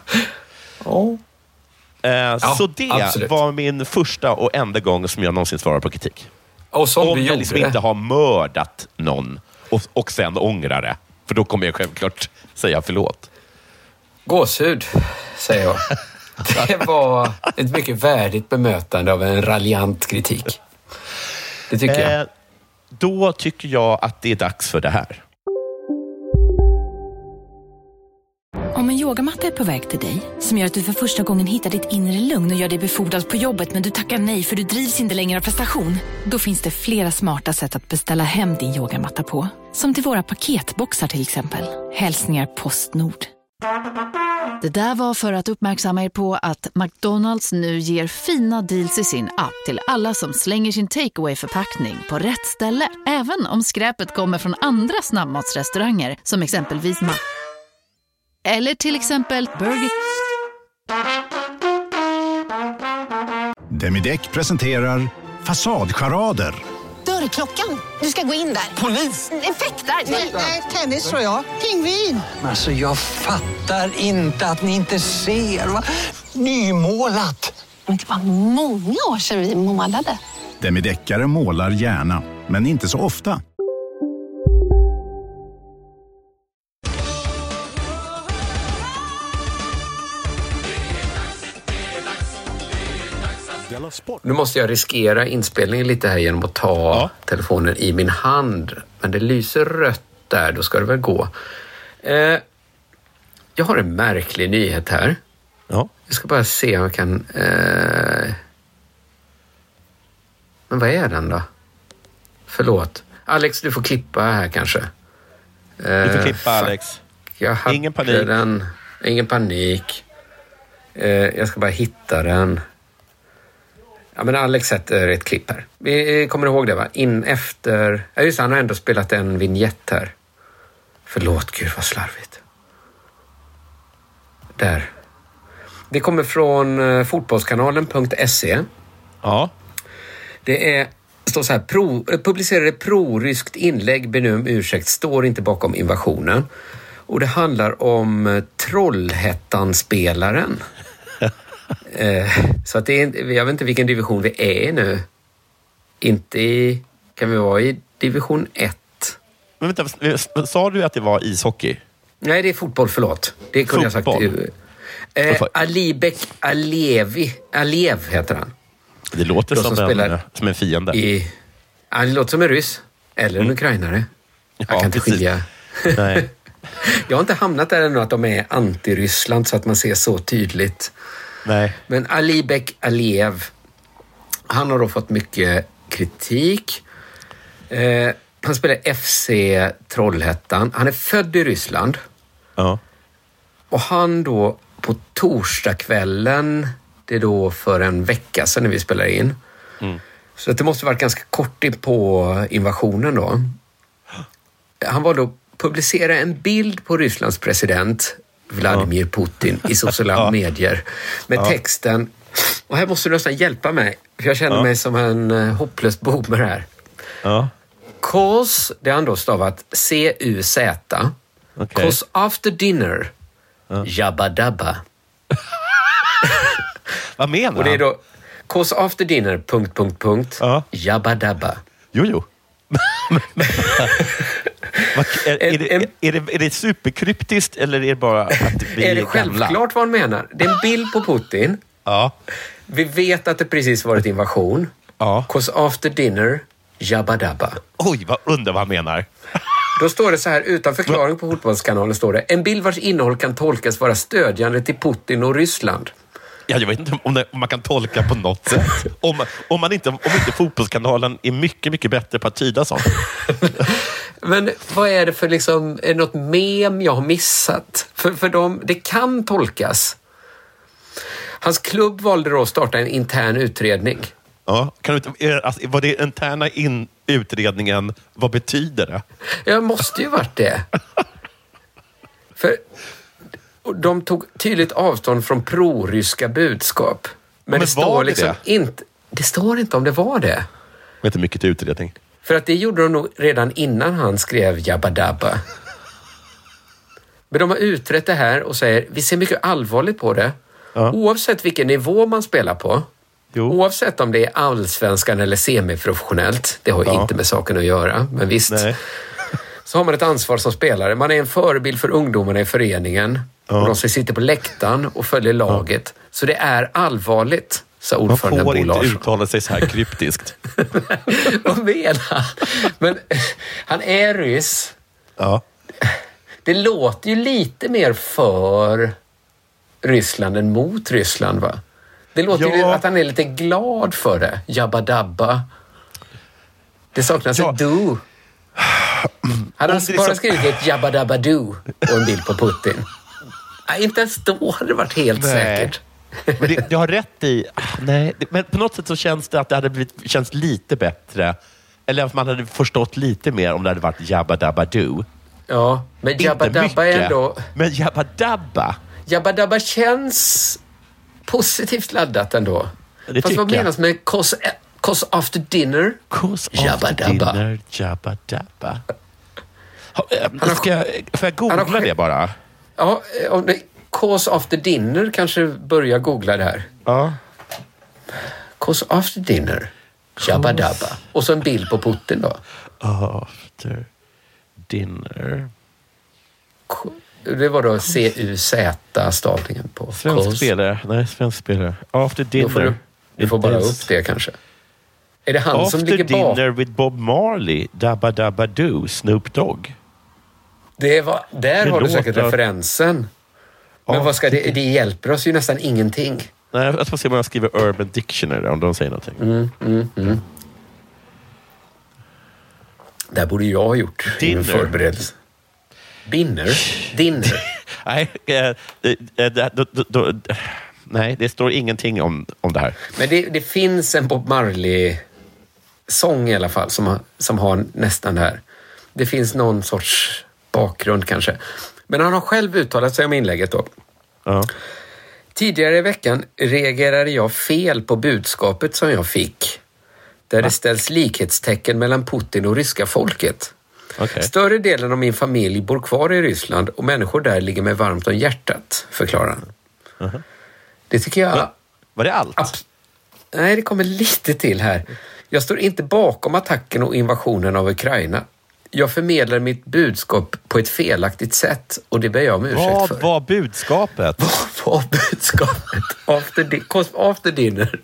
Så det absolut var min första och enda gång som jag någonsin svarar på kritik. Och om jag liksom inte har mördat någon och sen ångrar det. För då kommer jag självklart säga förlåt. Gåshud, säger jag. Det var ett mycket värdigt bemötande av en raljant kritik. Det tycker jag. Då tycker jag att det är dags för det här. Om en yogamatta är på väg till dig, som gör att du för första gången hittar ditt inre lugn och gör dig befordrad på jobbet, men du tackar nej för du drivs inte längre av prestation. Då finns det flera smarta sätt att beställa hem din yogamatta på. Som till våra paketboxar till exempel. Hälsningar Postnord. Det där var för att uppmärksamma er på att McDonalds nu ger fina deals i sin app till alla som slänger sin takeaway-förpackning på rätt ställe. Även om skräpet kommer från andra snabbmatsrestauranger som exempelvis eller till exempel Burger. Demideck presenterar Fasadcharader. Dörrklockan. Du ska gå in där. Polis? Effektar? Nej, tennis tror jag. Pingvin. Alltså jag fattar inte att ni inte ser. Va? Nymålat. Men det var många år sedan vi målade. Demideckare målar gärna, men inte så ofta. Nu måste jag riskera inspelningen lite här genom att ta telefonen i min hand. Men det lyser rött där, då ska det väl gå. Jag har en märklig nyhet här. Ja. Jag ska bara se om jag kan... Men vad är den då? Förlåt. Alex, du får klippa här kanske. Du får klippa, Alex. Ingen panik. Ingen panik. Jag ska bara hitta den. Ja, men Alex sätter ett klipp här. Vi kommer ihåg det, va? Ja, just, han har ändå spelat en vignett här. Förlåt, gud vad slarvigt. Där. Det kommer från fotbollskanalen.se. Ja. Det står så här: publicerade pro-ryskt inlägg, ber nu om ursäkt, står inte bakom invasionen. Och det handlar om Trollhättan-spelaren. Så att det är, jag vet inte vilken division vi är nu. Kan vi vara i division 1? Men vänta, sa du att det var ishockey? Nej, det är fotboll, förlåt. Det kunde jag sagt. Alibek Aliev heter han. Det låter som en fiende. Det låter som en ryss. Eller en ukrainare. Jag kan inte skilja. Nej. Jag har inte hamnat där ännu att de är anti-Ryssland så att man ser så tydligt. Nej. Men Alibek Aliev, han har då fått mycket kritik. Han spelar FC Trollhättan. Han är född i Ryssland. Ja. Och han då på torsdagskvällen, det är då för en vecka sedan när vi spelar in. Så att det måste varit ganska kort in på invasionen då. Han var då publicera en bild på Rysslands president Vladimir Putin i sociala medier med texten, och här måste du nästan hjälpa mig för jag känner mig som en hopplös boomer här. Cause, det är ändå stavat C-U-Z. Cause after dinner Jabba Dabba. Vad menar han? Och det är då cause after dinner ... Jabba Dabba. Jo. Är det superkryptiskt eller är det bara att vi är det självklart vad han menar? Det är en bild på Putin. Ja. Vi vet att det precis varit invasion. Ja. Cause after dinner Jabba Dabba. Oj, vad han menar. Då står det så här, utan förklaring på Fotbollskanalen står det: en bild vars innehåll kan tolkas vara stödjande till Putin och Ryssland. Ja, jag vet inte om man kan tolka på något sätt. Om inte Fotbollskanalen är mycket, mycket bättre på att tyda sånt. Men vad är det för liksom, är det något mem jag har missat? För dem, det kan tolkas. Hans klubb valde då att starta en intern utredning. Ja, var det interna utredningen, vad betyder det? Jag måste ju varit det. För de tog tydligt avstånd från proryska budskap. Men det står liksom inte. Det står inte om det var det. Det är inte mycket till utredning. För att det gjorde de nog redan innan han skrev Jabba Dabba. Men de har utrett det här och säger, vi ser mycket allvarligt på det. Ja. Oavsett vilken nivå man spelar på. Jo. Oavsett om det är allsvenskan eller semiprofessionellt. Det har ju inte med saken att göra. Men visst. Nej. Så har man ett ansvar som spelare. Man är en förebild för ungdomarna i föreningen. Och de som sitter på läktaren och följer laget. Så det är allvarligt, sa ordföranden Bo Larsson. Man får inte uttala sig så här kryptiskt. Vad menar? Men han är ryss. Ja. Det låter ju lite mer för Ryssland än mot Ryssland, va? Det låter ju att han är lite glad för det. Jabba Dabba. Det saknas ett do. Han har bara skrivit ett Jabba Dabba do och en bild på Putin. Nej, inte ens då hade det varit helt säkert. Men du har rätt i... Nej, men på något sätt så känns det att det hade känts lite bättre. Eller att man hade förstått lite mer om det hade varit Jabba Dabba do. Ja, men Jabba Dabba är ändå... Men Jabba Dabba... Jabba Dabba känns positivt laddat ändå. Det fast vad menas med cause after dinner? Jabba Dabba. Dinner, Jabba Dabba. Får jag googla det bara? Ja, om det cause after dinner kanske börja googla det här. Ja. Cause after dinner. Jabba Dabba. Och så en bild på Putin då. After dinner. Det var då C-U-Z-stavningen på. Svensk spelare. After dinner. Du får bara upp det kanske. Är det han som ligger bak? After dinner with Bob Marley. Dabba Dabba Do. Snoop Dogg. Där har du säkert referensen. Men vad ska det hjälper oss ju nästan ingenting. Nej, jag får se om jag skriver Urban Dictionary om de säger någonting. Där borde jag ha gjort en förberedelse. Dinner? Nej, nej, det står ingenting om det här. Men det finns en Bob Marley-sång i alla fall som har nästan det här. Det finns någon sorts bakgrund kanske. Men han har själv uttalat sig om inlägget då. Ja. Tidigare i veckan reagerade jag fel på budskapet som jag fick. Där det ställs likhetstecken mellan Putin och ryska folket. Okay. Större delen av min familj bor kvar i Ryssland och människor där ligger mig varmt om hjärtat, förklarar han. Uh-huh. Det tycker jag... Var det allt? Nej, det kommer lite till här. Jag står inte bakom attacken och invasionen av Ukraina. Jag förmedlar mitt budskap på ett felaktigt sätt och det ber jag om ursäkt för. Vad var budskapet? Vad var budskapet? After dinner.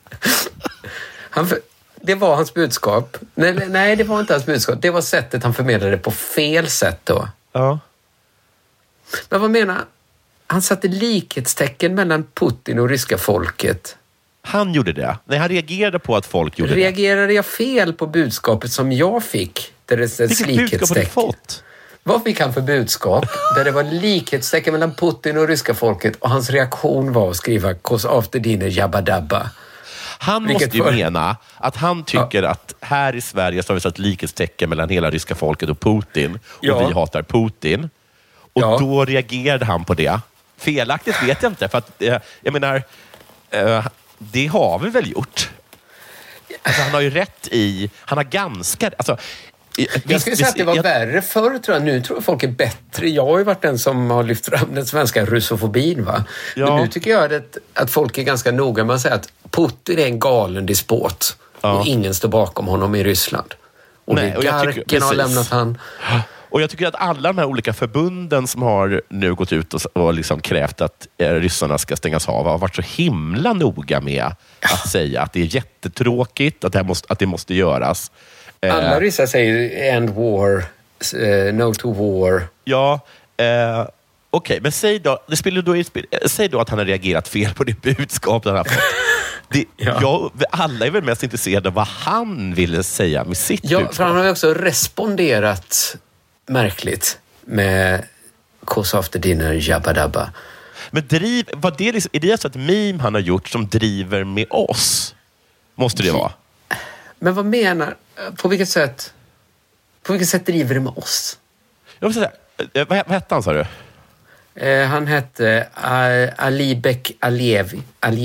Det var hans budskap. Nej, det var inte hans budskap. Det var sättet han förmedlade på fel sätt då. Ja. Men vad menar han? Han satte likhetstecken mellan Putin och ryska folket. Han gjorde det? Nej, han reagerade på att folk gjorde Reagerade jag fel på budskapet som jag fick? Där det vilket budskap har du fått? Vad fick han för budskap? Där det var likhetstecken mellan Putin och ryska folket och hans reaktion var att skriva "Cause after dinner jabba dabba". Han måste ju mena att han tycker att här i Sverige så har vi satt likhetstecken mellan hela ryska folket och Putin. Och vi hatar Putin. Och då reagerade han på det. Felaktigt vet jag inte. För att, jag menar, det har vi väl gjort. Alltså, han har ju rätt i... Han har ganska... Alltså, jag skulle säga att det var värre förr, tror jag. Nu tror jag folk är bättre. Jag har ju varit den som har lyft fram den svenska russofobin, va? Ja. Men nu tycker jag att folk är ganska noga med att säga att Putin är en galen despot. Och ingen står bakom honom i Ryssland. Och oligarken har lämnat han. Och jag tycker att alla de här olika förbunden som har nu gått ut och liksom krävt att ryssarna ska stängas av har varit så himla noga med att säga att det är jättetråkigt, att det måste göras. Alla ryssar säger end war, no to war. Ja, okej, men säg då att han har reagerat fel på det budskap han har fått. Alla är väl mest intresserade av vad han ville säga med sitt budskap. För han har ju också responderat märkligt med "Cause after dinner jabba dabba". Men är det alltså ett meme han har gjort som driver med oss? Måste det vara? Men vad menar... På vilket sätt driver det med oss? Jag vill säga, vad hette han, sa du? Han hette Alibek Aliyev.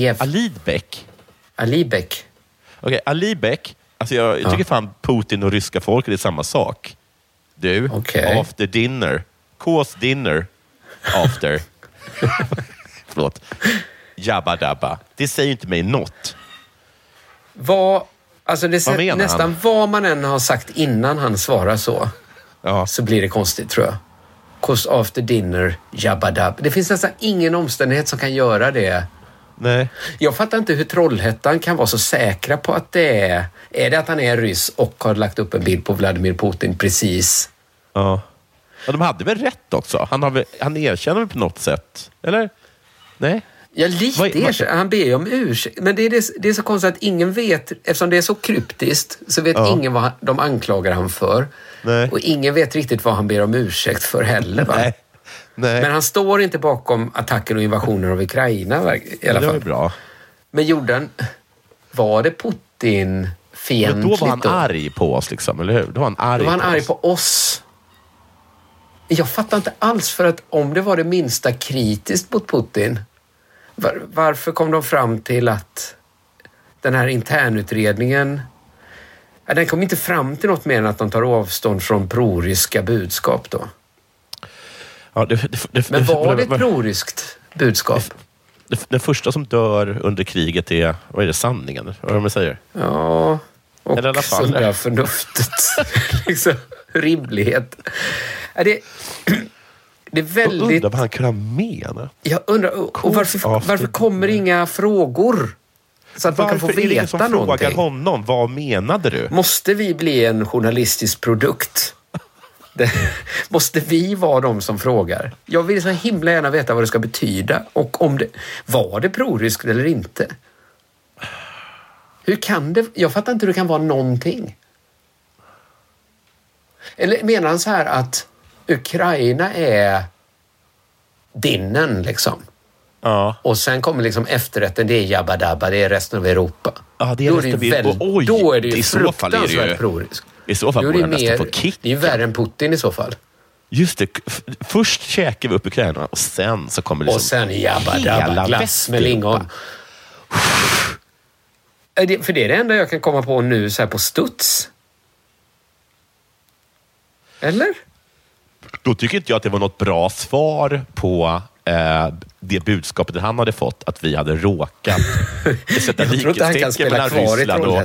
Alibek. Okej, Alibek. Alltså jag tycker fan Putin och ryska folk är samma sak. Du, after dinner. Cause dinner. After. Förlåt. Jabba dabba. Det säger inte mig något. Alltså nästan vad man än har sagt innan han svarar så blir det konstigt, tror jag. Cause after dinner, jabba dabba. Det finns nästan ingen omständighet som kan göra det. Nej. Jag fattar inte hur Trollhättan kan vara så säkra på att det är... Är det att han är ryss och har lagt upp en bild på Vladimir Putin precis? Ja, de hade väl rätt också? Han erkänner väl på något sätt? Eller? Nej? Ja, lite han ber ju om ursäkt. Men det är så konstigt att ingen vet, eftersom det är så kryptiskt, så vet ingen vad de anklagar han för. Nej. Och ingen vet riktigt vad han ber om ursäkt för heller, va? Nej. Men han står inte bakom attacken och invasionen av Ukraina i alla fall. Det var bra. Men var det Putin fientligt? Men då var han arg på oss, liksom, eller hur? Då var han arg på oss. Jag fattar inte alls, för att om det var det minsta kritiskt mot Putin, varför kom de fram till att den här internutredningen, den kom inte fram till något mer än att de tar avstånd från proryska budskap då? Ja, men var det ett proryskt budskap? Den första som dör under kriget är, vad är det, sanningen? Vad är det man säger? Ja, och eller i alla fall, sådär förnuftet. Liksom, rimlighet. Det är väldigt... Jag undrar vad han kan mena. Jag undrar, och varför kommer inga frågor? Så att man kan få veta någonting. Varför är det som frågar honom? Vad menade du? Måste vi bli en journalistisk produkt? Måste vi vara de som frågar? Jag vill så himla gärna veta vad det ska betyda. Och om var det proryskt eller inte? Hur kan det... Jag fattar inte hur det kan vara någonting. Eller menar han så här att Ukraina är dinnen, liksom? Ja. Och sen kommer liksom efterrätten, det är jabba dabba, det är resten av Europa. Ja, det är då är det ju fruktansvärt proriskt. I så fall borde nästan få kicken. Det är ju värre än Putin i så fall. Just det. Först käkar vi upp Ukraina och sen så kommer liksom... Och sen jabba dabba, glass med lingon. För det är det enda jag kan komma på nu så här på studs. Eller? Då tycker inte jag att det var något bra svar på det budskapet han hade fått, att vi hade råkat sätta likhetstecken mellan Ryssland och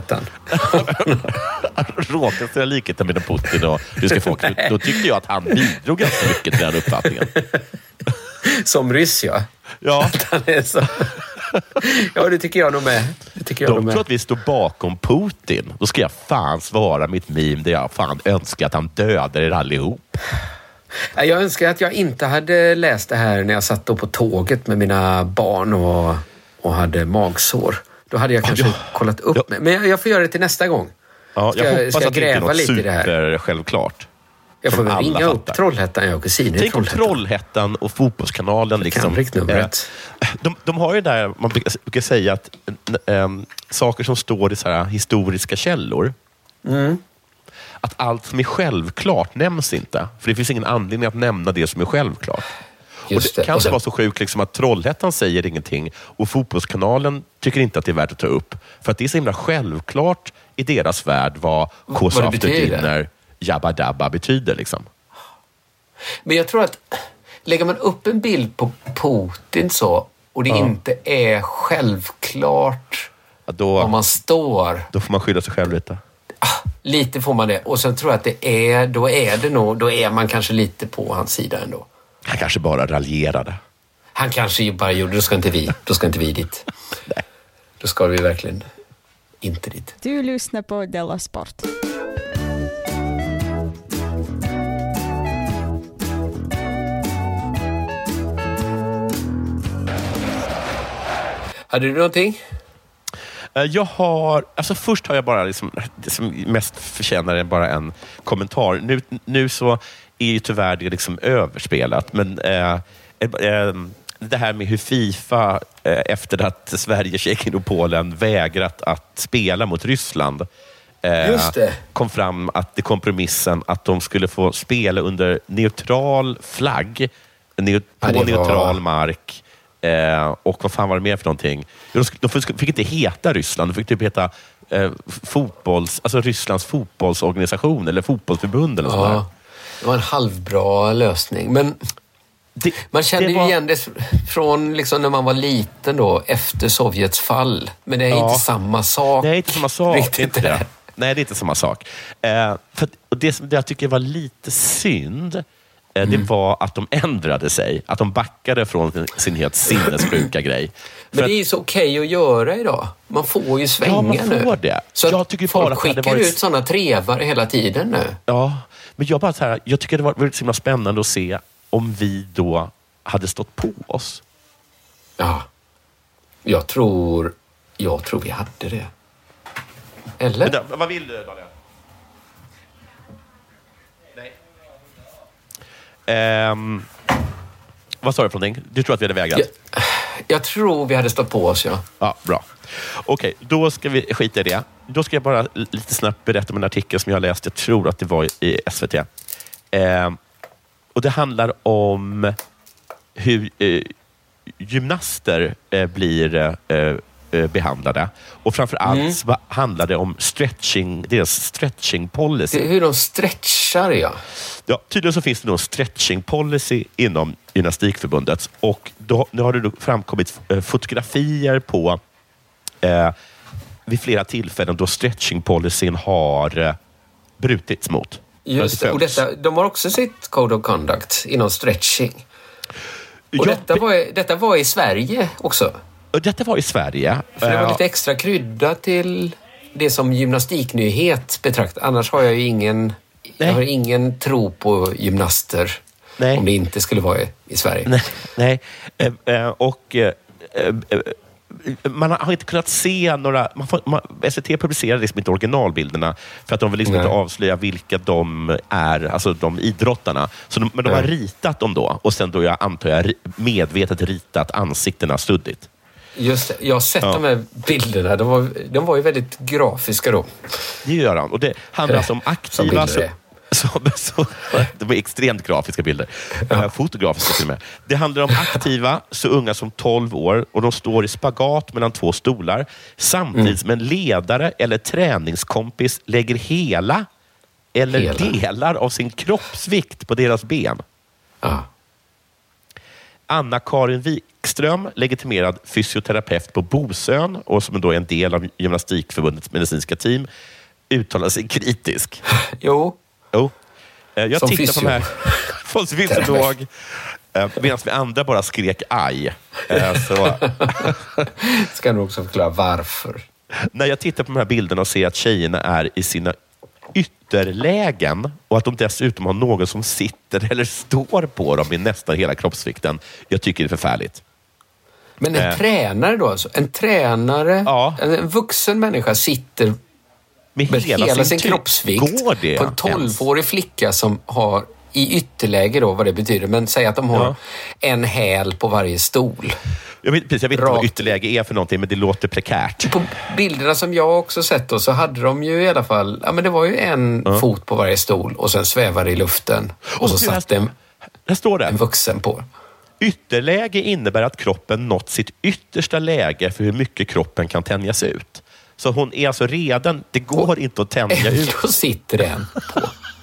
råkat sätta likheter med Putin och ryska folket. Då tyckte jag att han bidrog ganska mycket till den uppfattningen. Som ryss, ja. Ja. Att han är så. Ja, det tycker jag nog med. De tror att vi står bakom Putin. Då ska jag fan svara mitt meme där jag fan önskar att han dödar er allihop. Jag önskar att jag inte hade läst det här när jag satt då på tåget med mina barn och hade magsår. Då hade jag kanske kollat upp mig. Men jag får göra det till nästa gång. Ja, jag hoppas ska att det inte är något lite i det här. Självklart. Jag får väl ringa upp Trollhättan, jag och kusiner. Tänk om Trollhättan och Fotbollskanalen liksom, de har ju där, man brukar säga att saker som står i så här historiska källor, att allt som är självklart nämns inte. För det finns ingen anledning att nämna det som är självklart. Och det kan inte vara så sjukt liksom, att Trollhättan säger ingenting och Fotbollskanalen tycker inte att det är värt att ta upp. För att det är så himla självklart i deras värld vad Kås after dinner Jabba Dabba betyder liksom. Men jag tror att lägger man upp en bild på Putin så och det inte är självklart var man står. Då får man skydda sig själv lite. Lite får man det. Och sen tror jag att då är man kanske lite på hans sida ändå. Han kanske bara raljerade. Han kanske bara gjorde, då ska inte vi dit. Nej. Då ska vi verkligen inte dit. Du lyssnar på Della Sport. Hade du någonting? Jag har, alltså först har jag bara liksom, det som mest förtjänar bara en kommentar. Nu så är ju tyvärr det liksom överspelat, men det här med hur FIFA efter att Sverige, Tjeckien och Polen vägrat att spela mot Ryssland kom fram att det kompromissen att de skulle få spela under neutral flagg på neutral mark. Och vad fan var det mer för någonting? De fick inte heta Ryssland, de fick typ heta Rysslands fotbollsorganisation eller fotbollsförbund eller sådär. Det var en halvbra lösning, men man kände ju igen det från liksom när man var liten då, efter Sovjets fall. Men det är inte samma sak. Det är inte samma sak. Nej, det är inte samma sak. Det jag tycker var lite synd, det var att de ändrade sig. Att de backade från sin helt sinnessjuka grej. Men det är ju så okej att göra idag. Man får ju svänga nu. Ja, man får det. Så jag tycker folk skickar ut sådana trevar hela tiden nu. Ja, men jag tycker det var väldigt himla spännande att se om vi då hade stått på oss. Ja, jag tror vi hade det. Eller? Men, vad vill du, Daniel? Nej. Vad sa du för någonting? Du tror att vi hade vägrat? Jag tror vi hade stått på oss, ja. Ja, bra. Okej, då ska vi skita i det. Då ska jag bara lite snabbt berätta om en artikel som jag läste. Jag tror att det var i SVT. Och det handlar om hur gymnaster blir behandlade. Och framförallt handlar det om deras stretching policy. Hur de stretchar, ja. Ja, tydligen så finns det en stretching policy inom Gymnastikförbundet. Och nu har det då framkommit fotografier på vid flera tillfällen då stretching policyn har brutits mot. Just det, och de har också sitt code of conduct inom stretching. Och detta var i Sverige också. Och detta var i Sverige. För det var lite extra krydda till det som gymnastiknyhet betraktar. Annars har jag ju ingen tro på gymnaster. Nej. Om det inte skulle vara i Sverige. Nej. Man har inte kunnat se några... SVT publicerade liksom inte originalbilderna för att de vill liksom inte avslöja vilka de är, alltså de idrottarna. Men de har ritat dem då. Och sen då antar jag medvetet ritat ansiktena suddigt. Just det, jag har sett de här bilderna. De var ju väldigt grafiska då. Det gör han. Och det handlar alltså om aktiva... de är extremt grafiska bilder. Fotografiska till och med. Det handlar om aktiva, så unga som 12 år. Och de står i spagat mellan 2 stolar. Samtidigt som en ledare eller träningskompis lägger hela delar av sin kroppsvikt på deras ben. Anna-Karin Wikström, legitimerad fysioterapeut på Bosön och som då är en del av Gymnastikförbundets medicinska team, uttalar sig kritisk. Jo. Jag som tittar på de här fysiolog medan vi andra bara skrek aj. Så ska nog också förklara varför. När jag tittar på de här bilderna och ser att tjejerna är i sina ytterlägen och att de dessutom har någon som sitter eller står på dem i nästan hela kroppsvikten. Jag tycker det är förfärligt. Men en tränare då alltså? En tränare, en vuxen människa sitter med hela sin kroppsvikt på en 12-årig flicka som har i ytterläge då, vad det betyder. Men säg att de har en häl på varje stol. Jag vet inte vad ytterläge är för någonting, men det låter prekärt. På bilderna som jag också sett då, så hade de ju i alla fall, men det var ju en fot på varje stol och sen svävade i luften. Och så satt en vuxen på. Ytterläge innebär att kroppen nått sitt yttersta läge för hur mycket kroppen kan tänjas ut. Så hon är alltså redan, det går inte att tänja ut. Då sitter den på.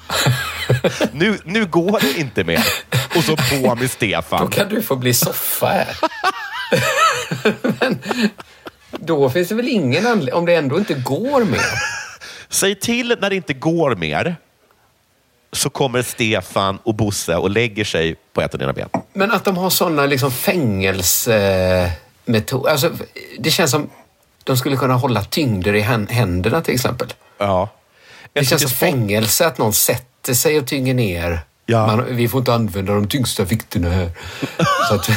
nu går det inte mer. Och så på med Stefan. Då kan du få bli soffa här. Men då finns det väl ingen anledning, om det ändå inte går mer. Säg till när det inte går mer, så kommer Stefan och Bosse och lägger sig på ett av dina ben. Men att de har sådana liksom fängelsemetoder. Alltså, det känns som de skulle kunna hålla tyngder i händerna till exempel. Ja. Det känns som fängelse att någon sätter sig och tynger ner. Ja. Vi får inte använda de tyngsta vikterna här. Så att,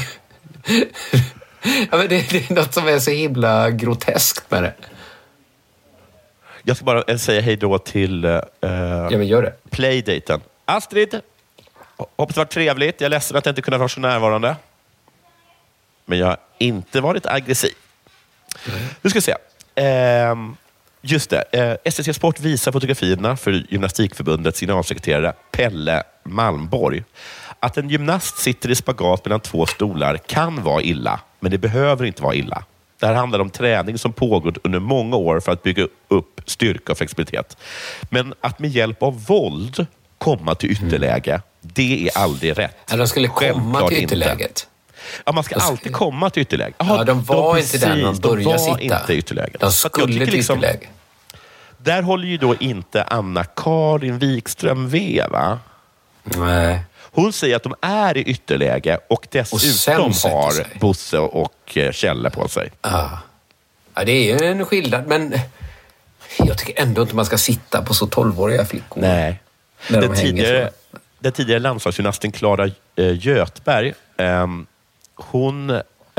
men det är något som är så himla groteskt med det. Jag ska bara säga hej då till men gör det. Playdaten. Astrid, hoppas det var trevligt. Jag är ledsen att jag inte kunde vara så närvarande. Men jag har inte varit aggressiv. Nu ska vi se. Just det. SSC Sport visar fotografierna för Gymnastikförbundets generalsekreterare Pelle Malmborg. Att en gymnast sitter i spagat mellan två stolar kan vara illa, men det behöver inte vara illa. Det här handlar om träning som pågått under många år för att bygga upp styrka och flexibilitet. Men att med hjälp av våld komma till ytterläge, det är aldrig rätt. Ja, de skulle komma till ytterläget. Inte. Ja, man ska alltid komma till ytterläge. Ja, de var inte där när de började sitta. Inte ytterläge. De skulle till ytterläge. Där håller ju då inte Anna-Karin Wikström va? Nej. Hon säger att de är i ytterläge och dessutom har Bosse och Kjelle på sig. Ja, det är ju en skillnad, men jag tycker ändå inte man ska sitta på så 12-åriga flickor. Nej. Den tidigare landslagsgymnasten Clara Göthberg, hon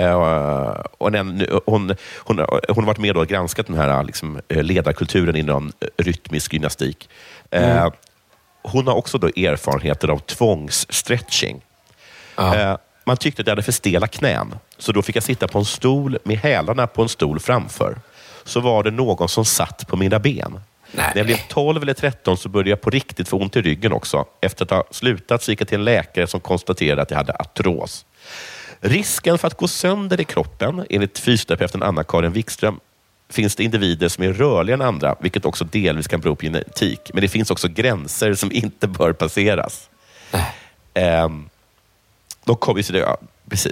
har varit med och granskat den här liksom, ledarkulturen inom rytmisk gymnastik. Hon har också då erfarenheter av tvångsstretching. Man tyckte att jag hade för stela knän. Så då fick jag sitta på en stol med hälarna på en stol framför. Så var det någon som satt på mina ben. Nej. När jag blev 12 eller 13 så började jag på riktigt få ont i ryggen också. Efter att ha slutat så gick jag till en läkare som konstaterade att jag hade artros. Risken för att gå sönder i kroppen, enligt fysioterapeuten Anna-Karin Wikström, finns det individer som är rörligare än andra, vilket också delvis kan bero på genetik. Men det finns också gränser som inte bör passeras. Då kommer vi till det. Ja, precis.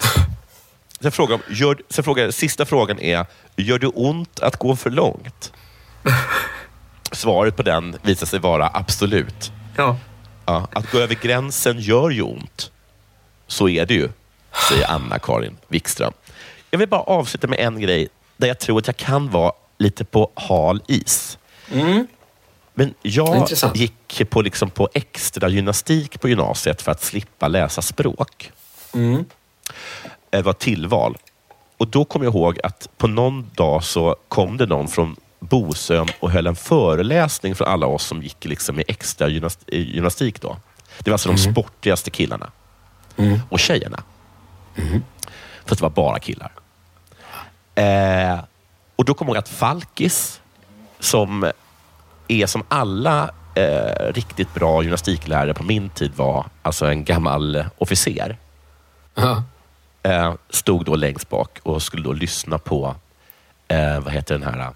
Sista frågan är, gör det ont att gå för långt? Svaret på den visar sig vara absolut. Ja, att gå över gränsen gör ju ont. Så är det ju, säger Anna-Karin Wikström. Jag vill bara avsluta med en grej där jag tror att jag kan vara lite på hal is. Men jag gick på extra gymnastik på gymnasiet för att slippa läsa språk. Det var tillval. Och då kom jag ihåg att på någon dag så kom det någon från Bosön och höll en föreläsning för alla oss som gick liksom i extra gymnastik då. Det var alltså de sportigaste killarna. Och tjejerna. För att det var bara killar. Och då kom jag ihåg att Falkis, som är som alla riktigt bra gymnastiklärare på min tid var, alltså en gammal officer. Stod då längst bak och skulle då lyssna på den här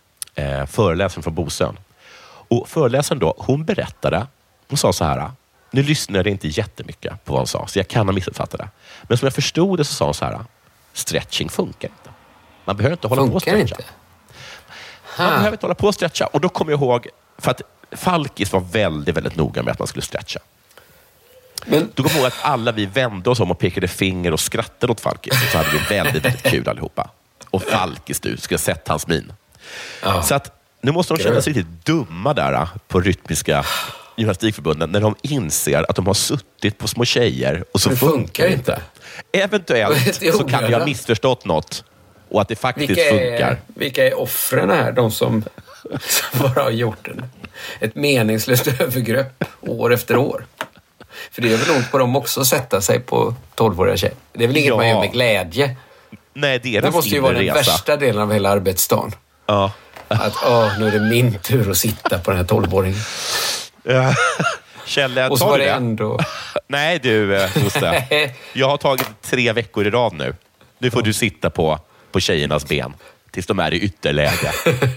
föreläsaren från Bosön. Och föreläsaren då, hon sa så här: Nu lyssnade jag inte jättemycket på vad hon sa, så jag kan ha missuppfattat det. Men som jag förstod det så sa hon så här: stretching funkar inte. Man behöver inte hålla på och stretcha. Man behöver inte hålla på och stretcha. Och då kommer jag ihåg, för att Falkis var väldigt, väldigt noga med att man skulle stretcha. Men då kommer jag ihåg att alla vi vände oss om och pekade finger och skrattade åt Falkis. Och så hade vi väldigt, väldigt kul allihopa. Och Falkis, du skulle ha sett hans min. Ja. Så att nu måste de känna sig riktigt dumma där på rytmiska gymnastikförbunden när de inser att de har suttit på små tjejer och så det funkar inte. Eventuellt så kan vi ha missförstått något och att det faktiskt funkar. Vilka är offren här? De som bara har gjort ett meningslöst övergrepp år efter år. För det är väl ont på dem också att sätta sig på 12-åriga tjejer. Det är väl inget man gör med glädje. Nej, det måste ju vara den värsta delen av hela arbetsdagen. Ja. Att nu är det min tur att sitta på den här 12-åringen. Kjelle, och så var det ändå... Nej du, Gustav. Jag har tagit 3 veckor i rad nu. Nu får du sitta på tjejernas ben tills de är i ytterläge.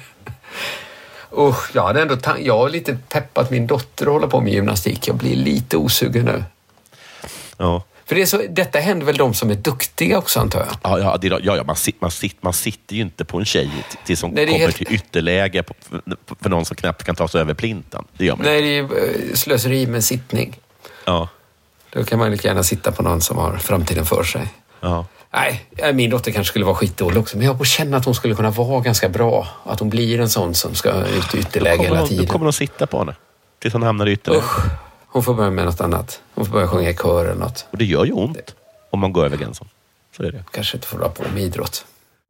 Jag har lite peppat min dotter att hålla på med gymnastik. Jag blir lite osugen nu. Ja. För detta händer väl de som är duktiga också, antar jag? Ja, man sitter ju inte på en tjej tills som kommer till ytterläge för någon som knappt kan ta sig över plinten. Det gör man Nej, det är slöseri med sittning. Ja. Då kan man lika gärna sitta på någon som har framtiden för sig. Ja. Nej, min dotter kanske skulle vara skitdålig också, men jag har på känna att hon skulle kunna vara ganska bra. Att hon blir en sån som ska ut i ytterläge hela tiden. Då kommer de sitta på henne tills hon hamnar i ytterläge. Hon får börja med något annat. Hon får börja sjunga i kör eller något. Och det gör ju ont om man går över gränsen. Så är det. Kanske inte får dra på med idrott.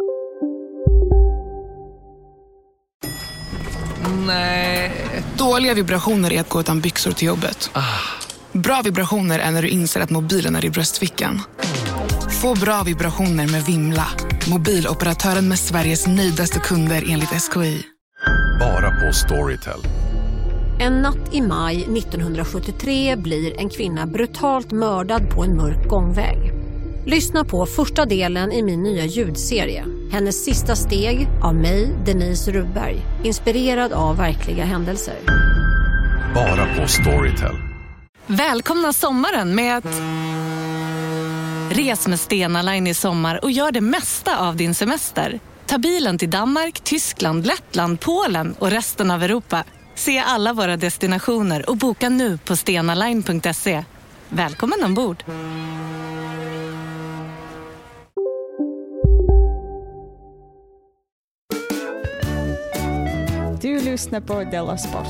Nej. Dåliga vibrationer är att gå utan byxor till jobbet. Bra vibrationer är när du inser att mobilen är i bröstfickan. Få bra vibrationer med Vimla. Mobiloperatören med Sveriges nöjdaste kunder enligt SKI. Bara på Storytel. En natt i maj 1973 blir en kvinna brutalt mördad på en mörk gångväg. Lyssna på första delen i min nya ljudserie. Hennes sista steg av mig, Denise Rubberg. Inspirerad av verkliga händelser. Bara på Storytel. Välkomna sommaren med att... Res med Stena Line i sommar och gör det mesta av din semester. Ta bilen till Danmark, Tyskland, Lettland, Polen och resten av Europa. Se alla våra destinationer och boka nu på stenaline.se. Välkommen ombord! Du lyssnar på Della Sport.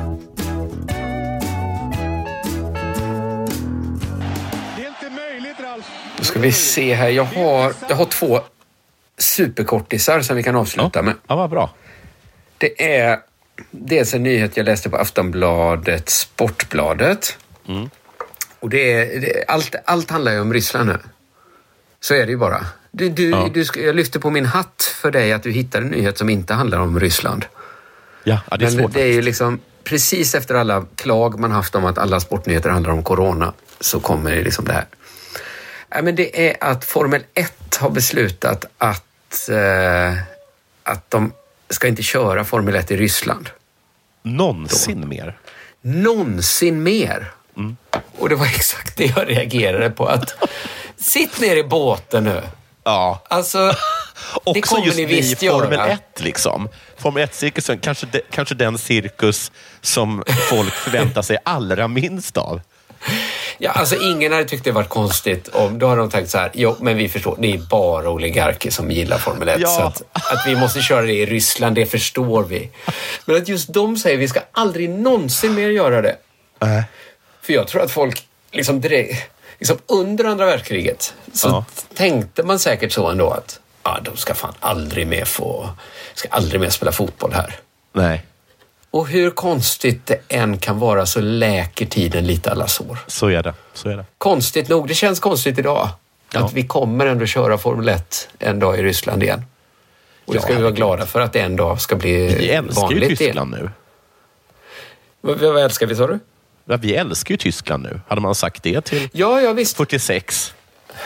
Då ska vi se här. Jag har 2 superkortisar som vi kan avsluta med. Ja, vad bra. Det är dels en nyhet jag läste på Aftonbladet, Sportbladet. Mm. Och allt handlar ju om Ryssland nu. Så är det ju bara. Jag lyfter på min hatt för dig att du hittar en nyhet som inte handlar om Ryssland. Ja, det är svårt. Men det är ju liksom precis efter alla klag man haft om att alla sportnyheter handlar om corona, så kommer det liksom det här. Men det är att Formel 1 har beslutat att de ska inte köra Formel 1 i Ryssland. Någonsin mer? Någonsin mer. Mm. Och det var exakt det jag reagerade på. Att sitt ner i båten nu. Ja. Alltså, det kommer just ni visst i Formel göra. 1 liksom. Formel 1-cirkusen, kanske den cirkus som folk förväntar sig allra minst av. Ja, alltså ingen hade tyckt det var konstigt om, då har de tänkt så här, jo, men vi förstår, det är bara oligarker som gillar Formel 1, så att vi måste köra det i Ryssland, det förstår vi. Men att just de säger, vi ska aldrig någonsin mer göra det. För jag tror att folk liksom direkt, liksom under andra världskriget så tänkte man säkert så ändå att de ska fan aldrig mer spela fotboll här. Nej. Och hur konstigt det än kan vara så läker tiden lite alla sår. Så är det. Konstigt nog, det känns konstigt idag. Att vi kommer ändå köra Formel 1 en dag i Ryssland igen. Och det ska vi vara glada för att det en dag ska bli vanligt. Vi älskar ju Tyskland nu. Vad älskar vi, sa du? Ja, vi älskar ju Tyskland nu. Hade man sagt det till visst. 46?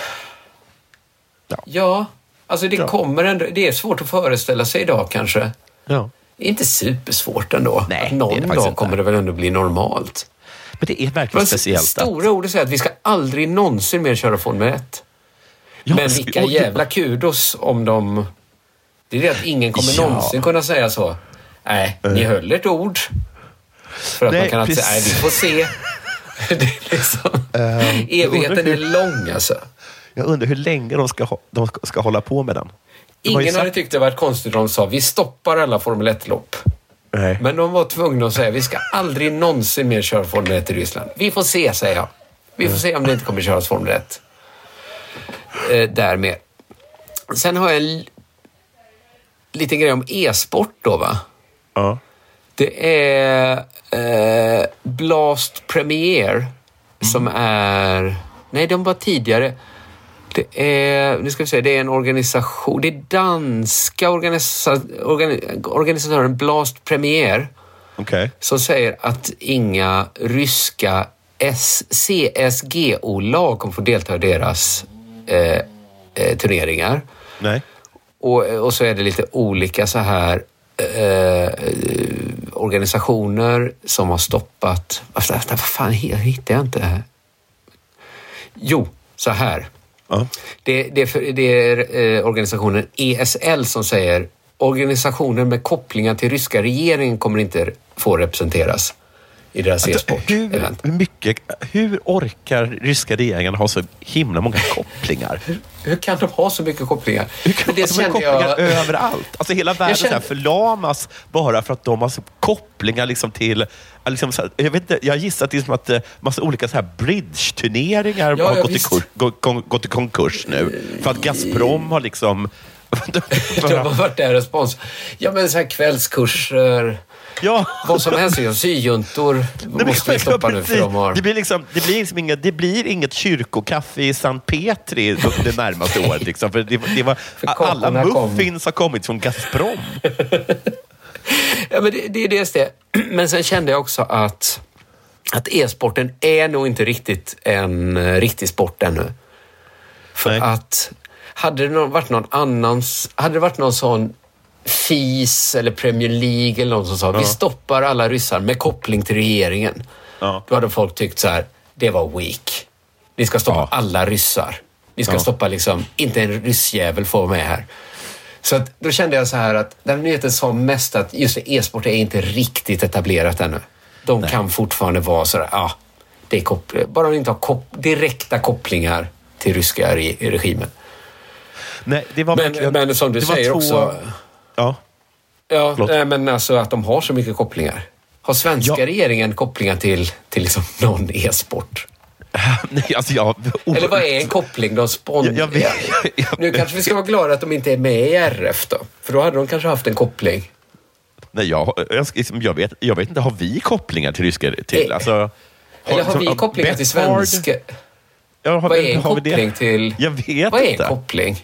Ja, alltså det kommer ändå, det är svårt att föreställa sig idag kanske. Ja. Det är inte supersvårt ändå. Nej, att någon dag kommer det väl ändå bli normalt. Men det är verkligen speciellt. Stora ord säger att vi ska aldrig någonsin mer köra Formel 1. Ja, men vilka jävla kudos om de... Det är det att ingen kommer någonsin kunna säga så. Nej, ni höll ett ord. För att man kan alltid säga, nej, vi får se. Det är liksom... evigheten är lång alltså. Jag undrar hur länge de ska hålla på med den. Ingen hade tyckt det var konstigt om de sa, vi stoppar alla Formel 1-lopp. Nej. Men de var tvungna att säga, vi ska aldrig någonsin mer köra Formel 1 i Ryssland. Vi får se, säger jag. Vi får se om det inte kommer köras Formel 1. Därmed. Sen har jag en liten grej om e-sport då, va? Ja. Det är Blast Premier som är... Nej, de var tidigare. Det är, nu ska vi se, det är en organisation. Det är danska organisatören Blast Premier som säger att inga ryska CSGO-lag kommer få delta i deras turneringar. Nej. Och så är det lite olika så här organisationer som har stoppat... Vad fan hittar jag inte? Jo, så här. Det är organisationen ESL som säger organisationer med kopplingar till ryska regeringen kommer inte få representeras i deras e-sport-event. Hur orkar ryska regeringen ha så himla många kopplingar? Hur kan de ha så mycket kopplingar? Hur kan de ha kopplingar överallt? Alltså hela världen förlamas bara för att de har så kopplingar liksom till... Liksom så här, jag vet inte, jag gissar att det är som att massa olika så här bridge-turneringar har gått i konkurs nu. För att Gazprom har liksom... de har varit där respons. Ja, men så här kvällskurser... Ja. Vad som helst, syjuntor måste vi stoppa nu för de har... Det blir inget kyrkokaffe i Sankt Petri det närmaste året. Liksom, för det var, alla muffins har kommit från Gazprom. Ja, men det är det. Men sen kände jag också att e-sporten är nog inte riktigt en riktig sport ännu. För att hade det varit någon sån FIS eller Premier League eller någon som sa vi stoppar alla ryssar med koppling till regeringen. Då hade folk tyckt så här, det var weak. Ni ska stoppa alla ryssar. Ni ska stoppa liksom, inte en ryssjävel får med här. Så att, då kände jag så här att den nyheten sa mest att just det, e-sport är inte riktigt etablerat ännu. De kan fortfarande vara så där, det är bara de inte har direkta kopplingar till ryska regimen. Nej, det var men som du säger också... men alltså att de har så mycket kopplingar. Har svenska regeringen kopplingar till liksom någon e-sport? Nej, alltså eller vad är en koppling? Nu kanske vi ska vara glada att de inte är med i RF då. För då hade de kanske haft en koppling. Nej, jag vet inte, har vi kopplingar till ryska? Alltså, eller har vi kopplingar till svenska? Vad är en koppling till? Jag vet vad är inte. En koppling?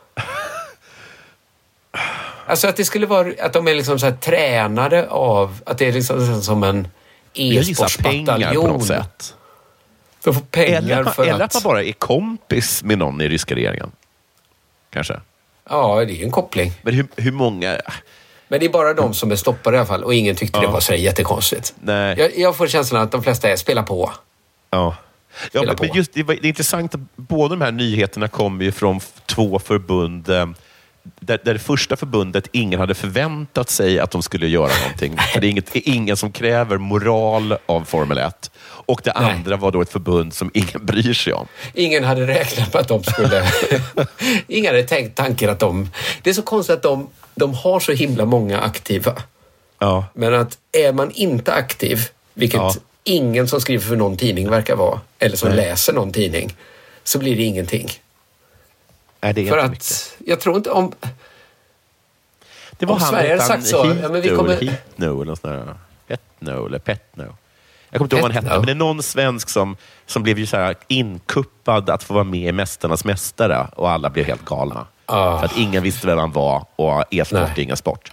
Alltså att det skulle vara att de är liksom så här tränade av att det är liksom som en e-sportsbataljon. På något sätt. De får pengar eller att man bara är kompis med någon i ryska regeringen. Kanske. Ja, det är en koppling. Men hur många... Men det är bara de som är stoppade i alla fall och ingen tyckte det var så jättekonstigt. Nej. Jag får känslan att de flesta spelar på. Men just det är intressant att båda de här nyheterna kommer ju från två förbund där det första förbundet ingen hade förväntat sig att de skulle göra någonting. För det är ingen som kräver moral av Formel 1. Och det andra var då ett förbund som ingen bryr sig om. Ingen hade räknat på att de skulle... ingen hade tänkt tanken att de... Det är så konstigt att de har så himla många aktiva. Ja. Men att är man inte aktiv, vilket ingen som skriver för någon tidning verkar vara, eller som läser någon tidning, så blir det ingenting. Nej, det är för inte att mycket. Jag tror inte om... Det var om Sverige hade sagt så... men vi kommer... Hitno eller sån där... Petno eller Petno. Jag kommer inte ihåg vad han hette, men det är någon svensk som blev ju så här inkuppad att få vara med i Mästarnas mästare och alla blev helt galna. För att ingen visste vem han var och e-sport är ingen sport.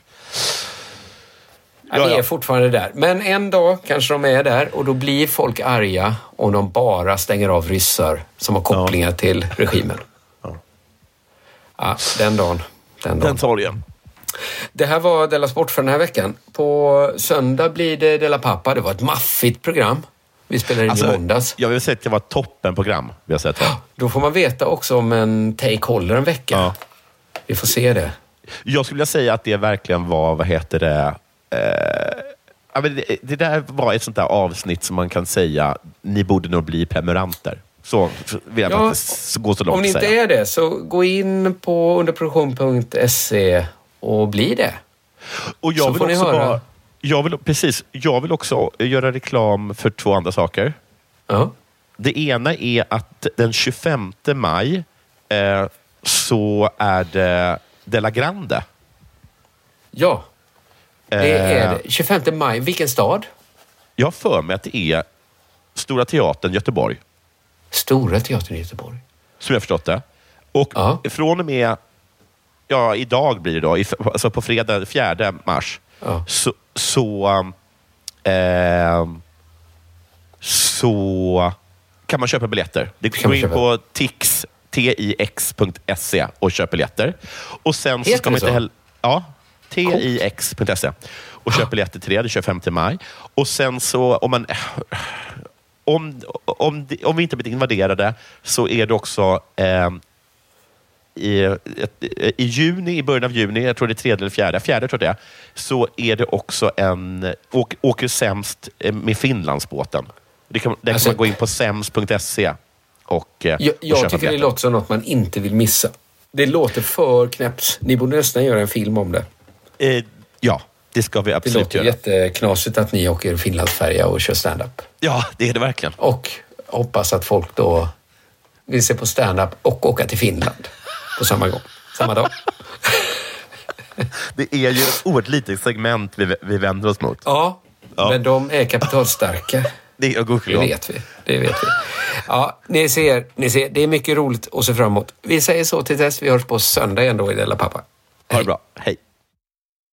Vi är fortfarande där. Men en dag kanske de är där och då blir folk arga om de bara stänger av ryssar som har kopplingar till regimen. Den dagen. Den sorgen. Det här var Della Sport för den här veckan. På söndag blir det Della Pappa. Det var ett maffigt program. Vi spelar in i måndags. Jag vill säga att det var toppenprogram vi har sett här. Då får man veta också om en take håller en vecka. Ja. Vi får se det. Jag skulle vilja säga att det verkligen var, det där var ett sånt där avsnitt som man kan säga, ni borde nog bli prenumeranter. Så vill jag faktiskt gå så långt. Om ni inte är det, så gå in på underproduktion.se och bli det. Och jag vill också jag vill också göra reklam för 2 andra saker. Det ena är att den 25 maj så är det De La Grande. Ja, det är det. 25 maj. Vilken stad? Jag har för mig att det är Stora Teatern Göteborg. Stora Teatern i Göteborg. Som jag förstått det. Och från och med idag blir det då, alltså på fredag 4 mars så kan man köpa biljetter. Det kan man in på tix.se och köpa biljetter. Och sen så ska man inte heller... Ja, tix.se och köpa biljetter till det 25 maj. Och sen så om vi inte blir invaderade så är det också i juni, i början av juni, jag tror det är 3 eller 4 tror jag det är, så är det också åker sämst med Finlandsbåten. Där kan man gå in på sems.se och jag tycker det låter som något man inte vill missa. Det låter för knäppt. Ni borde nästan göra en film om det. Ja, det ska vi absolut göra. Det låter jätteknasigt att ni åker Finlandsfärja och kör stand-up. Ja, det är det verkligen. Och hoppas att folk då vill se på stand-up och åka till Finland på samma dag. Det är ju ett oerhört litet segment vi vänder oss mot. Ja, men de är kapitalstarka. Det vet vi. Ja, ni ser, det är mycket roligt att se fram emot. Vi säger så till dess. Vi hörs på söndag igen då i Della Pappa. Ha det bra. Hej.